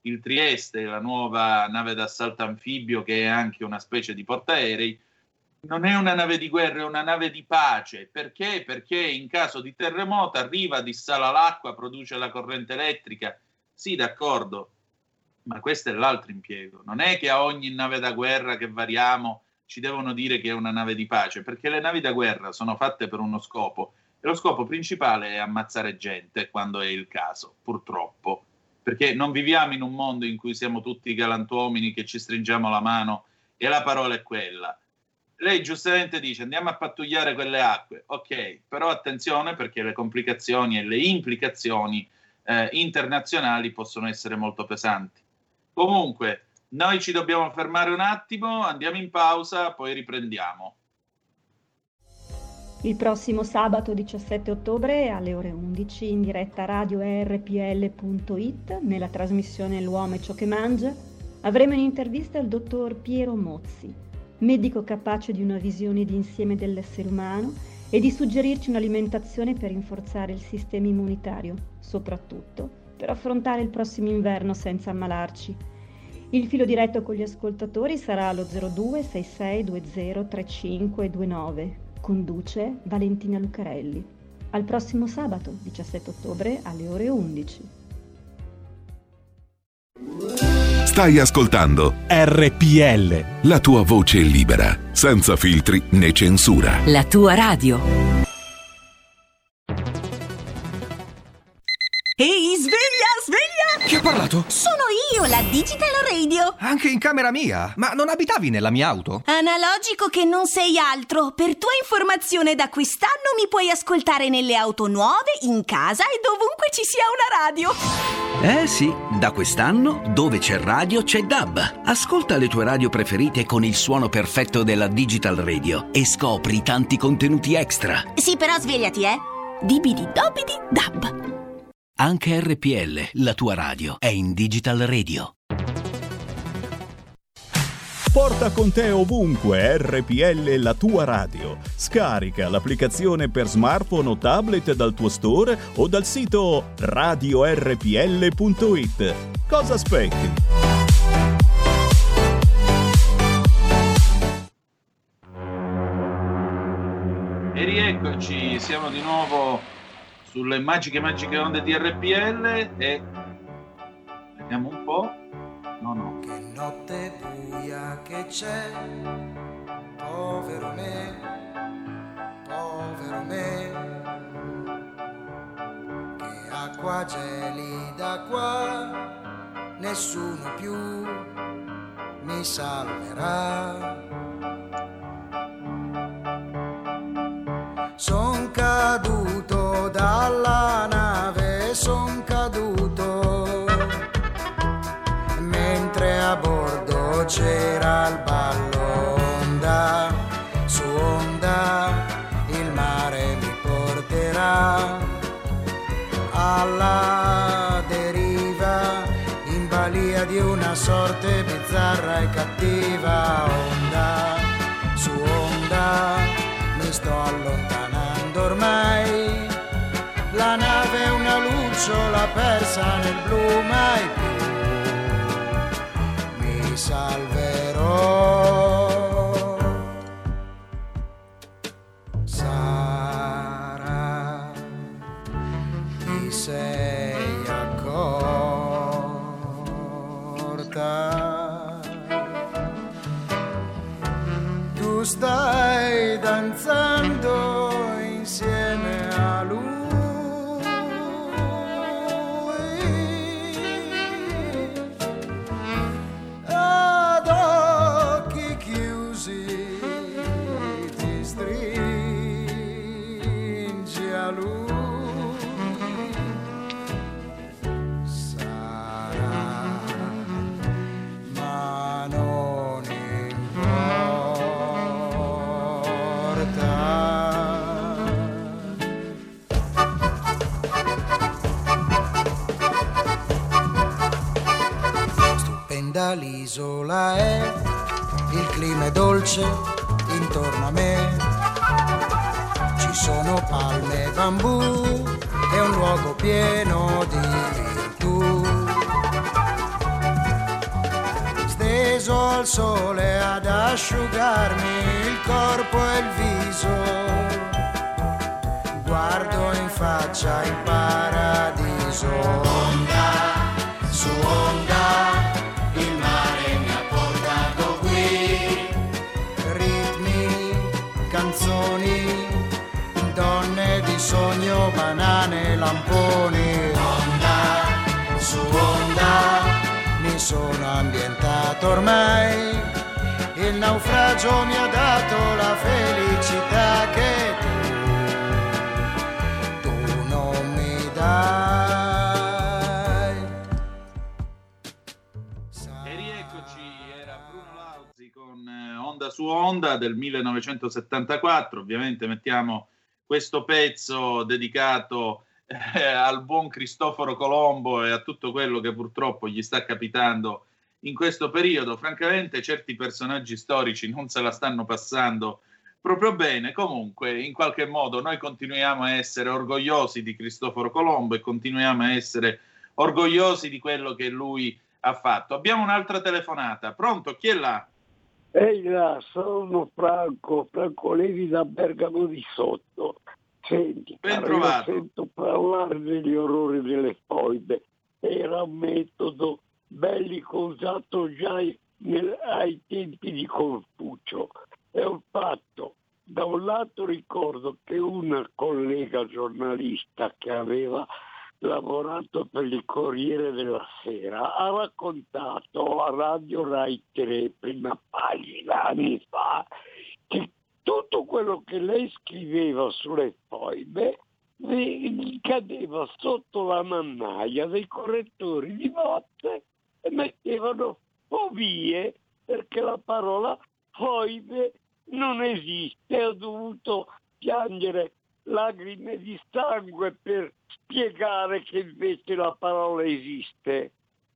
il Trieste, la nuova nave d'assalto anfibio che è anche una specie di portaerei, non è una nave di guerra, è una nave di pace. Perché? Perché in caso di terremoto arriva, dissala l'acqua, produce la corrente elettrica. Sì, d'accordo, ma questo è l'altro impiego. Non è che a ogni nave da guerra che variamo ci devono dire che è una nave di pace, perché le navi da guerra sono fatte per uno scopo, e lo scopo principale è ammazzare gente quando è il caso, purtroppo. Perché non viviamo in un mondo in cui siamo tutti galantuomini che ci stringiamo la mano e la parola è quella. Lei giustamente dice andiamo a pattugliare quelle acque, ok, però attenzione perché le complicazioni e le implicazioni eh, internazionali possono essere molto pesanti. Comunque, noi ci dobbiamo fermare un attimo, andiamo in pausa, poi riprendiamo. Il prossimo sabato diciassette ottobre alle ore undici in diretta radio R P L punto it nella trasmissione L'uomo e ciò che mangia avremo in intervista il dottor Piero Mozzi, medico capace di una visione d'insieme dell'essere umano e di suggerirci un'alimentazione per rinforzare il sistema immunitario, soprattutto per affrontare il prossimo inverno senza ammalarci. Il filo diretto con gli ascoltatori sarà allo zero due sei sei due zero tre cinque due nove. Conduce Valentina Lucarelli. Al prossimo sabato, diciassette ottobre, alle ore undici. Stai ascoltando R P L, la tua voce libera, senza filtri né censura. La tua radio. Ehi, sveglia, sveglia! Chi ha parlato? Sono io, la Digital Radio. Anche in camera mia? Ma non abitavi nella mia auto? Analogico che non sei altro. Per tua informazione, da quest'anno mi puoi ascoltare nelle auto nuove, in casa e dovunque ci sia una radio. Eh sì, da quest'anno dove c'è radio c'è D A B. Ascolta le tue radio preferite con il suono perfetto della Digital Radio e scopri tanti contenuti extra. Sì, però svegliati, eh. Dibidi dobidi D A B. Anche R P L, la tua radio, è in Digital Radio. Porta con te ovunque R P L, la tua radio. Scarica l'applicazione per smartphone o tablet dal tuo store o dal sito radio R P L punto it. Cosa aspetti? E rieccoci, siamo di nuovo sulle magiche magiche onde di R P L e vediamo un po'. No, no. Che notte buia che c'è, povero me, povero me, che acqua gelida qua, nessuno più mi salverà. Son caduto dalla nave, son caduto mentre a bordo c'era il ballo. Onda su onda il mare mi porterà alla deriva, in balia di una sorte bizzarra e cattiva. Onda su onda mi sto allontanando ormai, la nave è una lucciola persa nel blu, mai più mi salverò. Sara, ti sei accorta? Tu stai danzando insieme a lui, ad occhi chiusi ti stringi a lui. Sarà, ma non stupenda l'isola è, il clima è dolce intorno a me, ci sono palme e bambù, è un luogo pieno di virtù. sole ad asciugarmi il corpo e il viso. Guardo in faccia il paradiso. Onda su onda, il mare mi ha portato qui. Ritmi, canzoni, donne di sogno, banane, lamponi. Onda su onda, mi sono ambientato ormai. Il naufragio mi ha dato la felicità che tu, tu non mi dai. E rieccoci, era Bruno Lauzi con Onda su Onda del millenovecentosettantaquattro. Ovviamente mettiamo questo pezzo dedicato eh, al buon Cristoforo Colombo e a tutto quello che purtroppo gli sta capitando in questo periodo. Francamente certi personaggi storici non se la stanno passando proprio bene. Comunque in qualche modo noi continuiamo a essere orgogliosi di Cristoforo Colombo e continuiamo a essere orgogliosi di quello che lui ha fatto. Abbiamo un'altra telefonata. Pronto? Chi è là? Ehi là, sono Franco, Franco Levi da Bergamo di Sotto. Senti, ben caro, io sento parlare degli orrori delle foibe. Era un metodo bellico usato già nel, ai tempi di Confucio. È un fatto. Da un lato ricordo che una collega giornalista che aveva lavorato per il Corriere della Sera ha raccontato a Radio Rai tre, prima pagina, anni fa, che tutto quello che lei scriveva sulle foibe gli cadeva sotto la mannaia dei correttori di bozze e mettevano fobie, perché la parola foibe non esiste. Ha dovuto piangere lacrime di sangue per spiegare che invece la parola esiste.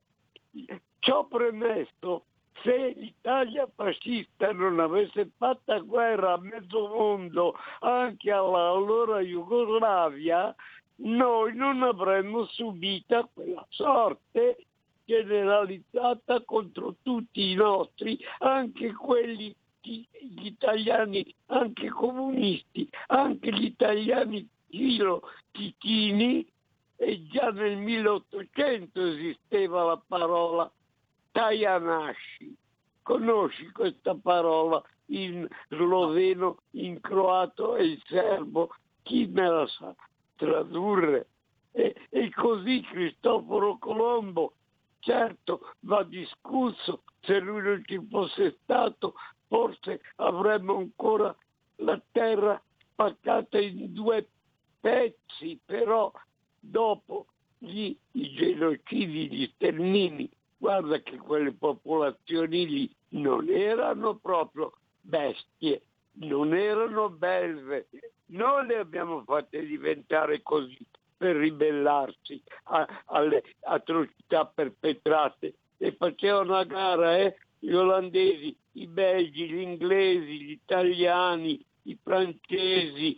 Ciò premesso, se l'Italia fascista non avesse fatto guerra a mezzo mondo, anche alla allora Jugoslavia, noi non avremmo subito quella sorte generalizzata contro tutti i nostri, anche quelli, gli italiani, anche comunisti, anche gli italiani filo Titini, e già nel milleottocento esisteva la parola Tajanashi. Conosci questa parola in sloveno, in croato e in serbo? Chi me la sa tradurre? E, e così Cristoforo Colombo, certo va discusso, se lui non ci fosse stato forse avremmo ancora la terra spaccata in due pezzi, però dopo gli i genocidi, gli stermini, guarda che quelle popolazioni lì non erano proprio bestie, non erano belve, noi le abbiamo fatte diventare così per ribellarsi a, alle atrocità perpetrate, e facevano a gara eh, gli olandesi, i belgi, gli inglesi, gli italiani, i francesi,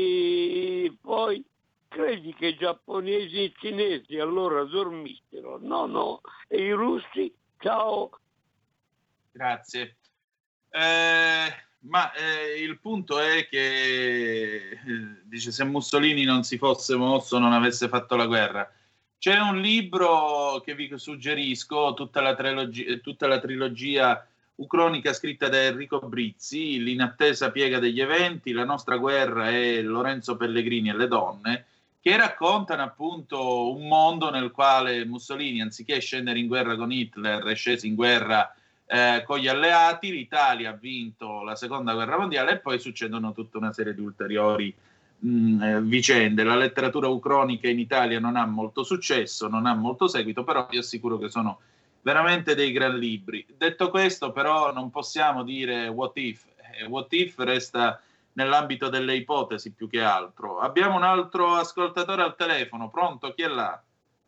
e poi credi che i giapponesi e i cinesi allora dormissero? No, no, e i russi, ciao. Grazie. Eh, ma eh, il punto è che, eh, dice, se Mussolini non si fosse mosso, non avesse fatto la guerra. C'è un libro che vi suggerisco, tutta la, trilogia, tutta la trilogia ucronica scritta da Enrico Brizzi, L'inattesa piega degli eventi, La nostra guerra e Lorenzo Pellegrini e le donne, che raccontano appunto un mondo nel quale Mussolini, anziché scendere in guerra con Hitler, è sceso in guerra eh, con gli alleati, l'Italia ha vinto la seconda guerra mondiale e poi succedono tutta una serie di ulteriori mh, eh, vicende. La letteratura ucronica in Italia non ha molto successo, non ha molto seguito, però vi assicuro che sono veramente dei gran libri. Detto questo, però, non possiamo dire what if. Eh, what if resta nell'ambito delle ipotesi più che altro. Abbiamo un altro ascoltatore al telefono. Pronto? Chi è là?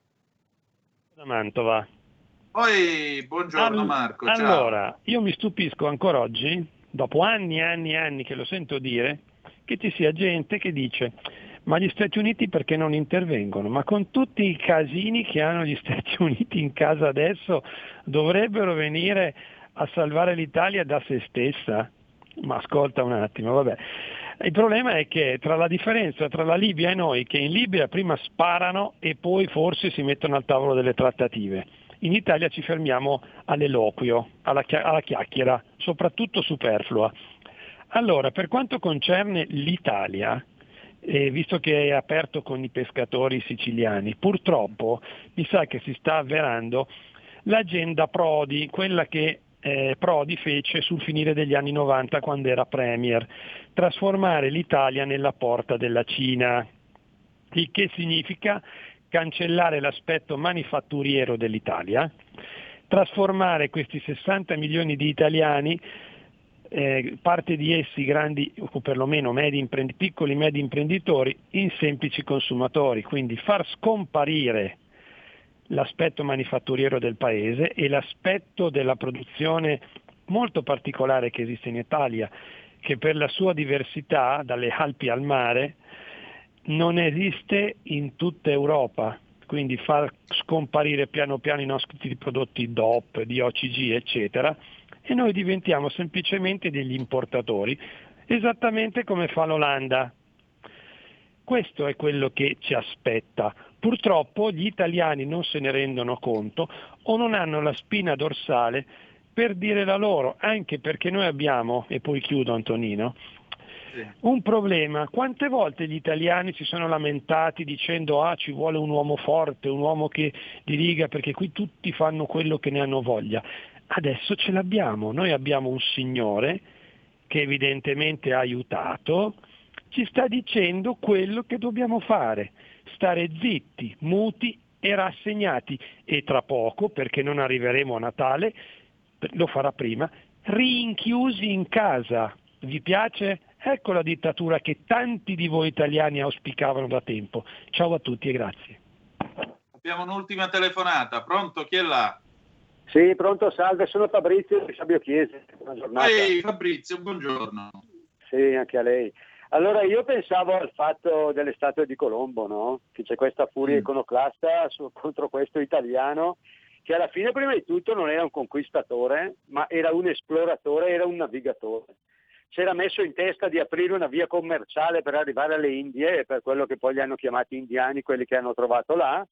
Da Mantova. Poi, buongiorno All- Marco. Ciao. Allora, io mi stupisco ancora oggi, dopo anni e anni e anni che lo sento dire, che ci sia gente che dice: ma gli Stati Uniti perché non intervengono? Ma con tutti i casini che hanno gli Stati Uniti in casa adesso dovrebbero venire a salvare l'Italia da se stessa? Ma ascolta un attimo, vabbè. Il problema è che tra la differenza tra la Libia e noi, che in Libia prima sparano e poi forse si mettono al tavolo delle trattative, in Italia ci fermiamo all'eloquio, alla, chia- alla chiacchiera, soprattutto superflua. Allora, per quanto concerne l'Italia, eh, visto che è aperto con i pescatori siciliani, purtroppo mi sa che si sta avverando l'agenda Prodi, quella che eh, Prodi fece sul finire degli anni novanta quando era premier, trasformare l'Italia nella porta della Cina, il che significa cancellare l'aspetto manifatturiero dell'Italia, trasformare questi sessanta milioni di italiani, eh, parte di essi grandi o perlomeno medi imprendi- piccoli medi imprenditori, in semplici consumatori, quindi far scomparire l'aspetto manifatturiero del paese e l'aspetto della produzione molto particolare che esiste in Italia, che per la sua diversità, dalle Alpi al mare, non esiste in tutta Europa, quindi far scomparire piano piano i nostri prodotti D O P, D O C G, eccetera, e noi diventiamo semplicemente degli importatori, esattamente come fa l'Olanda. Questo è quello che ci aspetta. Purtroppo gli italiani non se ne rendono conto o non hanno la spina dorsale per dire la loro, anche perché noi abbiamo, e poi chiudo Antonino, un problema. Quante volte gli italiani si sono lamentati dicendo ah ci vuole un uomo forte, un uomo che diriga perché qui tutti fanno quello che ne hanno voglia. Adesso ce l'abbiamo, noi abbiamo un signore che evidentemente ha aiutato, ci sta dicendo quello che dobbiamo fare, stare zitti, muti e rassegnati, e tra poco, perché non arriveremo a Natale, lo farà prima, rinchiusi in casa. Vi piace? Ecco la dittatura che tanti di voi italiani auspicavano da tempo. Ciao a tutti e grazie. Abbiamo un'ultima telefonata. Pronto? Chi è là? Sì, pronto, salve, sono Fabrizio di Sabio Chiese. Buona giornata. Ehi, Fabrizio, buongiorno. Sì, anche a lei. Allora, io pensavo al fatto delle statue di Colombo, no? Che c'è questa furia mm. iconoclasta su, contro questo italiano, che alla fine prima di tutto non era un conquistatore, ma era un esploratore, era un navigatore. Si era messo in testa di aprire una via commerciale per arrivare alle Indie, per quello che poi li hanno chiamati indiani, quelli che hanno trovato là,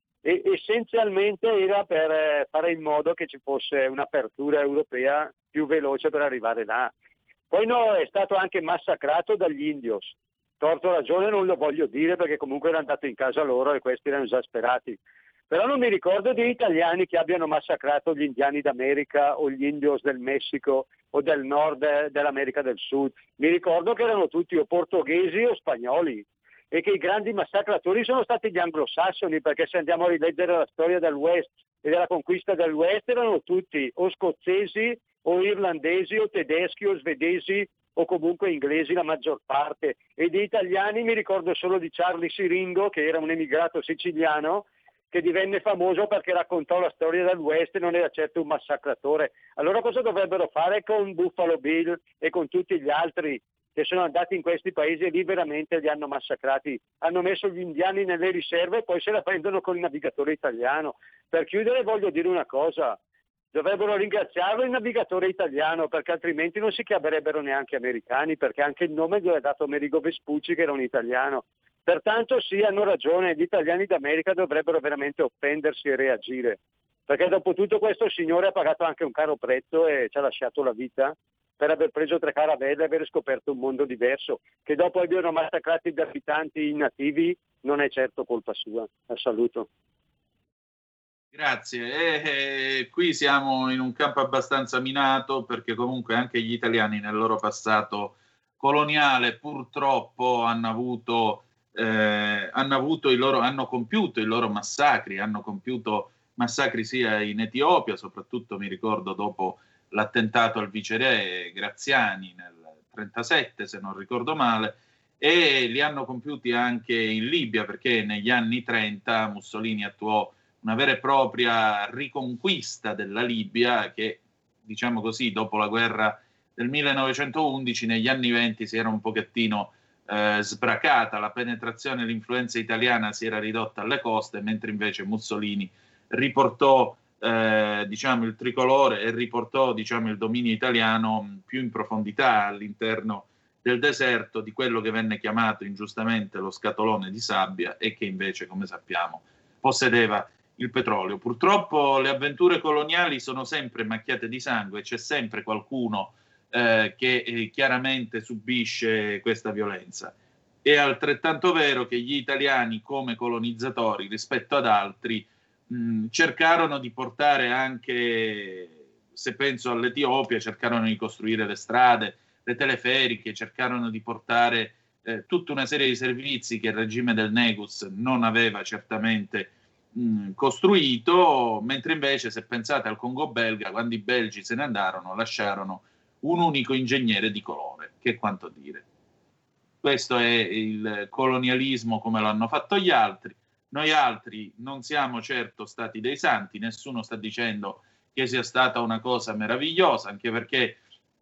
e essenzialmente era per fare in modo che ci fosse un'apertura europea più veloce per arrivare là. Poi no, è stato anche massacrato dagli indios. Torto ragione non lo voglio dire perché comunque era andato in casa loro e questi erano esasperati. Però non mi ricordo di italiani che abbiano massacrato gli indiani d'America o gli indios del Messico o del nord dell'America del Sud. Mi ricordo che erano tutti o portoghesi o spagnoli e che i grandi massacratori sono stati gli anglosassoni, perché se andiamo a rileggere la storia del West e della conquista del West erano tutti o scozzesi o irlandesi o tedeschi o svedesi o comunque inglesi la maggior parte. E di italiani mi ricordo solo di Charlie Siringo, che era un emigrato siciliano, che divenne famoso perché raccontò la storia del West e non era certo un massacratore. Allora cosa dovrebbero fare con Buffalo Bill e con tutti gli altri che sono andati in questi paesi e lì veramente li hanno massacrati? Hanno messo gli indiani nelle riserve e poi se la prendono con il navigatore italiano. Per chiudere voglio dire una cosa, dovrebbero ringraziarlo il navigatore italiano, perché altrimenti non si chiamerebbero neanche americani, perché anche il nome gli ha dato Amerigo Vespucci, che era un italiano. Pertanto sì, hanno ragione, gli italiani d'America dovrebbero veramente offendersi e reagire, perché dopo tutto questo signore ha pagato anche un caro prezzo e ci ha lasciato la vita per aver preso tre caravelle e aver scoperto un mondo diverso, che dopo abbiano massacrato gli abitanti nativi non è certo colpa sua. La saluto. Grazie. E, e, qui siamo in un campo abbastanza minato, perché comunque anche gli italiani nel loro passato coloniale purtroppo hanno avuto Eh, hanno avuto i loro, hanno compiuto i loro massacri, hanno compiuto massacri sia in Etiopia, soprattutto mi ricordo dopo l'attentato al viceré Graziani nel trentasette, se non ricordo male, e li hanno compiuti anche in Libia, perché negli anni trenta Mussolini attuò una vera e propria riconquista della Libia che, diciamo così, dopo la guerra del millenovecentoundici, negli anni venti si era un pochettino Eh, sbracata, la penetrazione e l'influenza italiana si era ridotta alle coste, mentre invece Mussolini riportò eh, diciamo, il tricolore e riportò, diciamo, il dominio italiano più in profondità all'interno del deserto di quello che venne chiamato ingiustamente lo scatolone di sabbia e che invece, come sappiamo, possedeva il petrolio. Purtroppo le avventure coloniali sono sempre macchiate di sangue, c'è sempre qualcuno eh, che eh, chiaramente subisce questa violenza. È altrettanto vero che gli italiani come colonizzatori rispetto ad altri mh, cercarono di portare anche, se penso all'Etiopia, cercarono di costruire le strade, le teleferiche, cercarono di portare eh, tutta una serie di servizi che il regime del Negus non aveva certamente mh, costruito, mentre invece, se pensate al Congo belga, quando i belgi se ne andarono, lasciarono un unico ingegnere di colore, che quanto dire. Questo è il colonialismo come lo hanno fatto gli altri. Noi altri non siamo certo stati dei santi, nessuno sta dicendo che sia stata una cosa meravigliosa, anche perché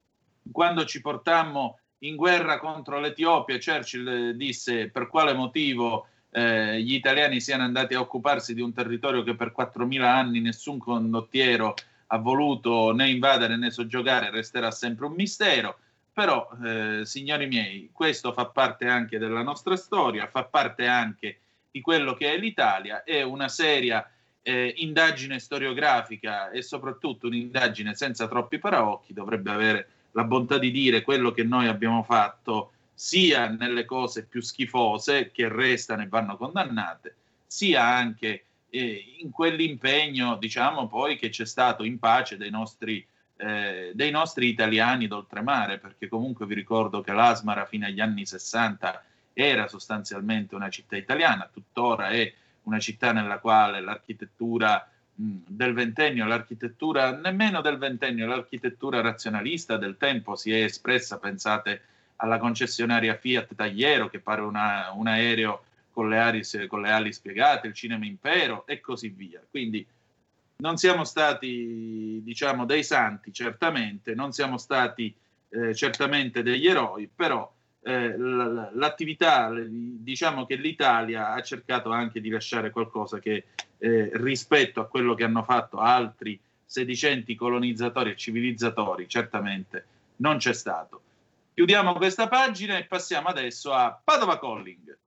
quando ci portammo in guerra contro l'Etiopia, Churchill disse per quale motivo eh, gli italiani siano andati a occuparsi di un territorio che per quattromila anni nessun condottiero ha voluto né invadere né soggiogare, resterà sempre un mistero. Però, eh, signori miei, questo fa parte anche della nostra storia, fa parte anche di quello che è l'Italia, è una seria eh, indagine storiografica e soprattutto un'indagine senza troppi paraocchi, dovrebbe avere la bontà di dire quello che noi abbiamo fatto sia nelle cose più schifose che restano e vanno condannate, sia anche eh, in quell'impegno, diciamo, poi che c'è stato in pace dei nostri, eh, dei nostri italiani d'oltremare, perché comunque vi ricordo che l'Asmara fino agli anni sessanta era sostanzialmente una città italiana, tuttora è una città nella quale l'architettura del ventennio, l'architettura nemmeno del ventennio, l'architettura razionalista del tempo si è espressa. Pensate alla concessionaria Fiat Tagliero, che pare una, un aereo con le, ali, con le ali spiegate, il Cinema Impero e così via. Quindi non siamo stati, diciamo, dei santi, certamente, non siamo stati eh, certamente degli eroi, però eh, l'attività, diciamo che l'Italia ha cercato anche di lasciare qualcosa che eh, rispetto a quello che hanno fatto altri sedicenti colonizzatori e civilizzatori certamente non c'è stato. Chiudiamo questa pagina e passiamo adesso a Padova Calling.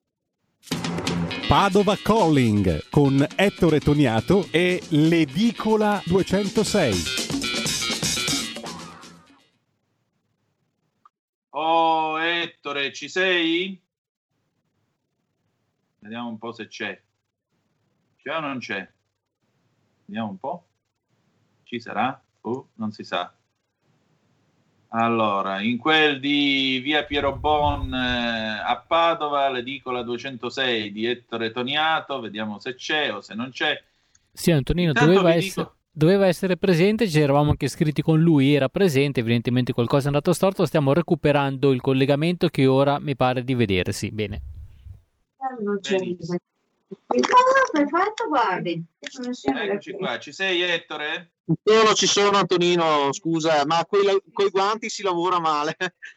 Padova Calling con Ettore Toniato e l'Edicola duecentosei. Oh, Ettore, ci sei? Vediamo un po' se c'è. C'è o non c'è? Vediamo un po'. Ci sarà? Oh, non si sa. Allora, in quel di via Piero Bon eh, a Padova, l'Edicola duecentosei di Ettore Toniato, vediamo se c'è o se non c'è. Sì, Antonino, Intanto doveva vi essere... dico... Doveva essere presente, ci eravamo anche iscritti con lui, era presente, evidentemente qualcosa è andato storto, stiamo recuperando il collegamento che ora mi pare di vedersi. Bene. Non c'è perfetto, guardi. Eccoci qua, ci sei Ettore? Sono, ci sono Antonino, scusa, ma con i guanti si lavora male.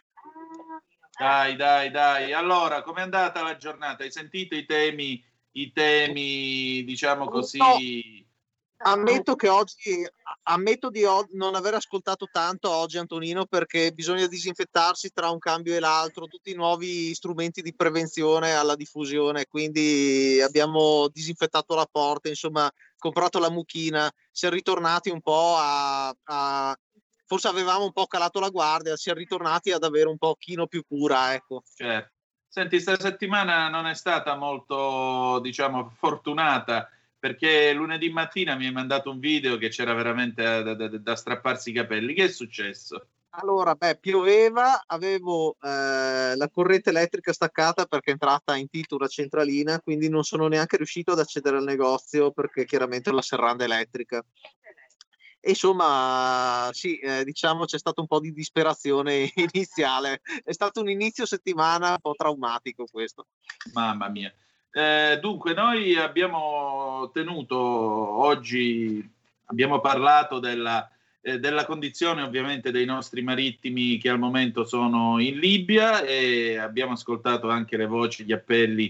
Dai, dai, dai. Allora, com'è andata la giornata? Hai sentito i temi, i temi, diciamo così... No. Ammetto che oggi, ammetto di o- non aver ascoltato tanto oggi Antonino, perché bisogna disinfettarsi tra un cambio e l'altro, tutti i nuovi strumenti di prevenzione alla diffusione, quindi abbiamo disinfettato la porta, insomma, comprato la mucchina, siamo ritornati un po' a, a... forse avevamo un po' calato la guardia, siamo ritornati ad avere un pochino più cura, ecco. Certo. Senti, questa settimana non è stata molto, diciamo, fortunata, perché lunedì mattina mi hai mandato un video che c'era veramente da, da, da strapparsi i capelli. Che è successo? Allora, beh, pioveva, avevo eh, la corrente elettrica staccata perché è entrata in tilt una centralina, quindi non sono neanche riuscito ad accedere al negozio perché chiaramente ho la serranda elettrica. E insomma, sì, eh, diciamo c'è stato un po' di disperazione iniziale. È stato un inizio settimana un po' traumatico questo. Mamma mia. Eh, dunque, noi abbiamo tenuto oggi, abbiamo parlato della, eh, della condizione ovviamente dei nostri marittimi che al momento sono in Libia, e abbiamo ascoltato anche le voci, gli appelli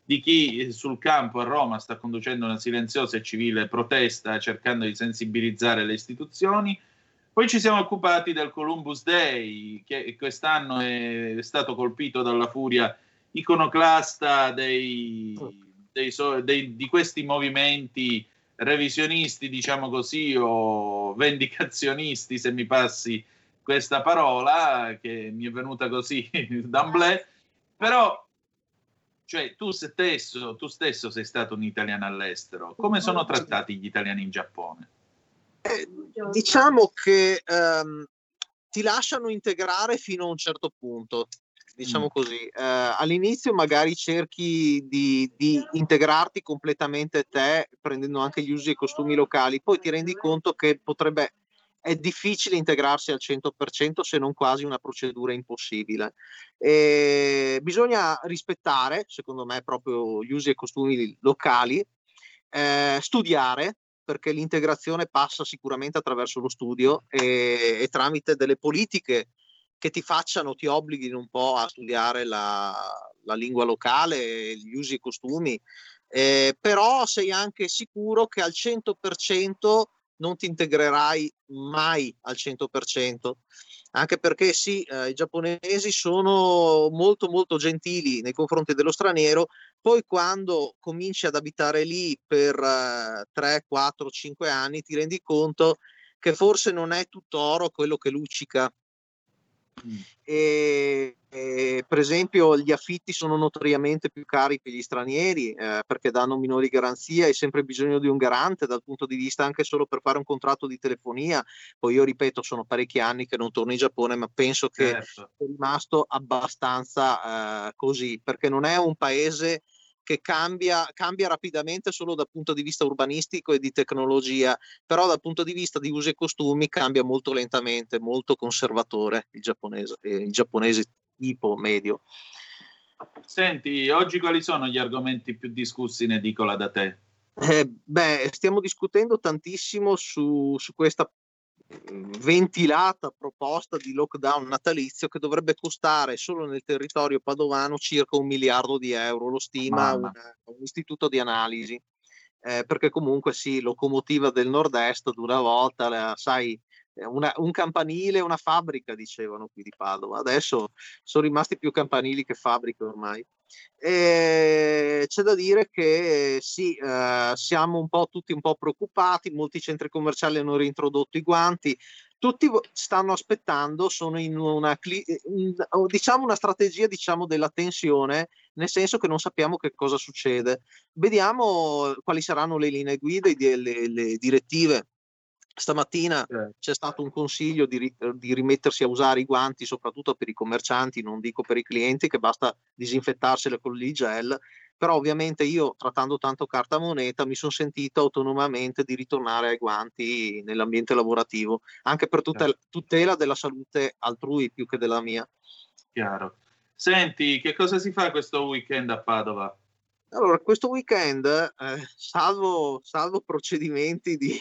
di chi sul campo a Roma sta conducendo una silenziosa e civile protesta cercando di sensibilizzare le istituzioni. Poi ci siamo occupati del Columbus Day, che quest'anno è stato colpito dalla furia iconoclasta dei, dei, dei, di questi movimenti revisionisti, diciamo così, o vendicazionisti, se mi passi questa parola, che mi è venuta così d'amblè. Però, cioè, tu stesso, tu stesso sei stato un italiano all'estero. Come sono trattati gli italiani in Giappone? Eh, diciamo che ehm, ti lasciano integrare fino a un certo punto, diciamo mm. così. Eh, all'inizio magari cerchi di, di integrarti completamente te, prendendo anche gli usi e costumi locali, poi ti rendi conto che potrebbe è difficile integrarsi al cento per cento, se non quasi una procedura impossibile. E bisogna rispettare, secondo me, proprio gli usi e costumi locali, eh, studiare, perché l'integrazione passa sicuramente attraverso lo studio e, e tramite delle politiche che ti facciano, ti obblighino un po' a studiare la, la lingua locale, gli usi e costumi, eh, però sei anche sicuro che al cento per cento non ti integrerai mai al cento per cento, anche perché sì, eh, i giapponesi sono molto molto gentili nei confronti dello straniero, poi quando cominci ad abitare lì per eh, tre, quattro, cinque anni ti rendi conto che forse non è tutto oro quello che luccica. Mm. E, e per esempio gli affitti sono notoriamente più cari per gli stranieri, eh, perché danno minori garanzie, hai sempre bisogno di un garante dal punto di vista anche solo per fare un contratto di telefonia. Poi io ripeto, sono parecchi anni che non torno in Giappone, ma penso che certo. è rimasto abbastanza eh, così, perché non è un paese che cambia, cambia rapidamente solo dal punto di vista urbanistico e di tecnologia, però dal punto di vista di usi e costumi cambia molto lentamente, molto conservatore il giapponese, eh, il giapponese tipo medio. Senti, oggi quali sono gli argomenti più discussi in edicola da te? Eh, beh, stiamo discutendo tantissimo su, su questa ventilata proposta di lockdown natalizio che dovrebbe costare solo nel territorio padovano circa un miliardo di euro, lo stima un, un istituto di analisi, eh, perché comunque sì, locomotiva del nord-est d'una volta, la, sai, una, un campanile, una fabbrica dicevano qui di Padova, adesso sono rimasti più campanili che fabbriche ormai. E c'è da dire che sì, eh, siamo un po' tutti un po' preoccupati, molti centri commerciali hanno reintrodotto i guanti, tutti stanno aspettando, sono in una diciamo una strategia diciamo della tensione, nel senso che non sappiamo che cosa succede. Vediamo quali saranno le linee guida, le, le direttive. Stamattina c'è stato un consiglio di, ri- di rimettersi a usare i guanti, soprattutto per i commercianti, non dico per i clienti, che basta disinfettarsele con l'igel, però ovviamente io, trattando tanto carta moneta, mi sono sentito autonomamente di ritornare ai guanti nell'ambiente lavorativo, anche per tutel- tutela della salute altrui più che della mia. Chiaro. Senti, che cosa si fa questo weekend a Padova? Allora, questo weekend, eh, salvo, salvo procedimenti di...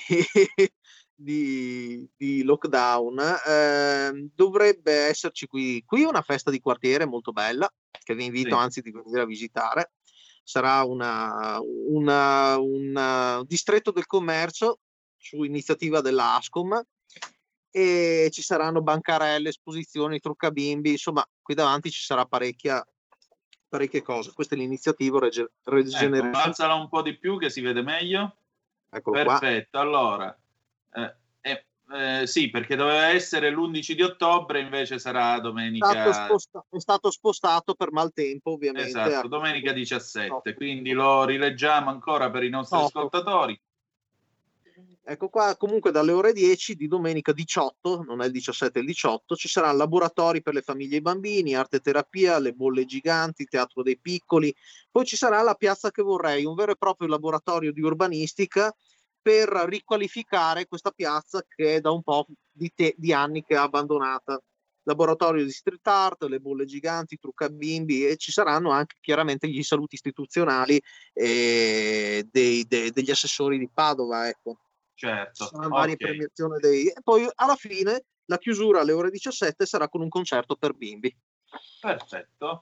Di, di lockdown, eh, dovrebbe esserci qui, qui una festa di quartiere molto bella che vi invito sì. anzi di venire a visitare. Sarà una, una, una distretto del commercio su iniziativa dell'Ascom e ci saranno bancarelle, esposizioni, truccabimbi, insomma qui davanti ci sarà parecchia parecchie cose. Questa è l'iniziativa rege- regenerativa. Ecco, alzala un po' di più che si vede meglio. Eccolo perfetto, qua. Allora Eh, eh, eh, sì, perché doveva essere l'undici di ottobre, invece sarà domenica. È stato, sposta- è stato spostato per maltempo, ovviamente. Esatto, domenica diciassette, quindi lo rileggiamo ancora per i nostri no. ascoltatori. Ecco qua, comunque dalle ore dieci di domenica diciotto, non è il diciassette, è il diciotto, ci saranno laboratori per le famiglie e i bambini, arte terapia, le bolle giganti, teatro dei piccoli, poi ci sarà la piazza che vorrei, un vero e proprio laboratorio di urbanistica per riqualificare questa piazza che è da un po' di, te- di anni che è abbandonata. Laboratorio di street art, le bolle giganti, truccabimbi e ci saranno anche chiaramente gli saluti istituzionali eh, dei, dei, degli assessori di Padova, ecco. Certo. Ci saranno varie premiazioni dei... E poi alla fine la chiusura alle ore diciassette sarà con un concerto per bimbi. Perfetto.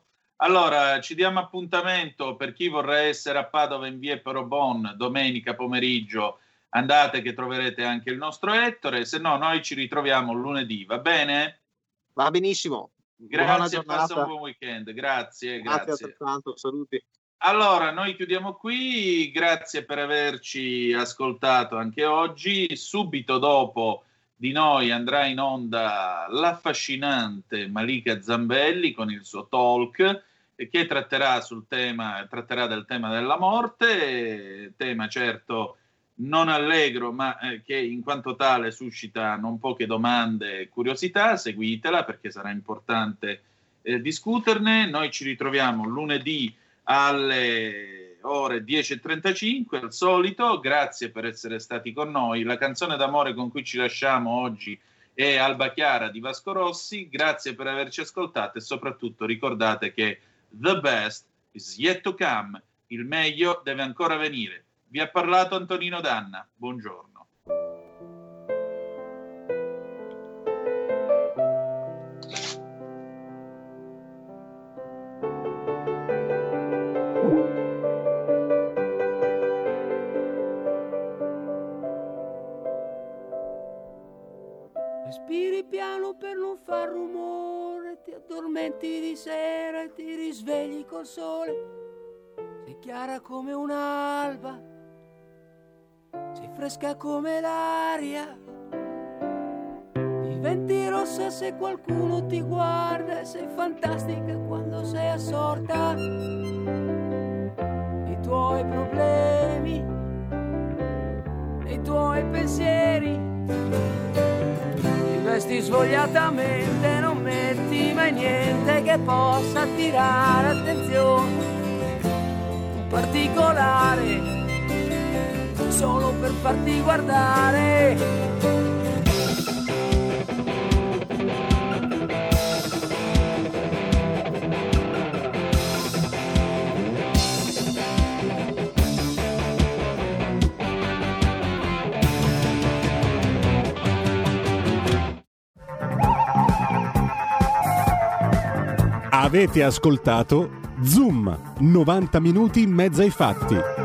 Allora, ci diamo appuntamento per chi vorrà essere a Padova in via Perobon domenica pomeriggio. Andate che troverete anche il nostro Ettore, se no noi ci ritroviamo lunedì, va bene? Va benissimo. Grazie, passa un buon weekend. Grazie, grazie. grazie. Altrettanto, saluti. Allora, noi chiudiamo qui, grazie per averci ascoltato anche oggi. Subito dopo di noi andrà in onda l'affascinante Malika Zambelli con il suo talk che tratterà sul tema, tratterà del tema della morte, tema certo non allegro, ma eh, che in quanto tale suscita non poche domande e curiosità. Seguitela perché sarà importante eh, discuterne. Noi ci ritroviamo lunedì alle ore dieci e trentacinque al solito. Grazie per essere stati con noi. La canzone d'amore con cui ci lasciamo oggi è Alba Chiara di Vasco Rossi. Grazie per averci ascoltato e soprattutto ricordate che the best is yet to come, il meglio deve ancora venire. Vi ha parlato Antonino Danna, buongiorno. Respiri piano per non far rumore, ti addormenti di sera e ti risvegli col sole. Sei chiara come un'alba, sei fresca come l'aria, diventi rossa se qualcuno ti guarda e sei fantastica quando sei assorta. I tuoi problemi, i tuoi pensieri, ti vesti svogliatamente, non metti mai niente che possa attirare attenzione in particolare, solo per farti guardare. Avete ascoltato Zoom, novanta minuti in mezzo ai fatti.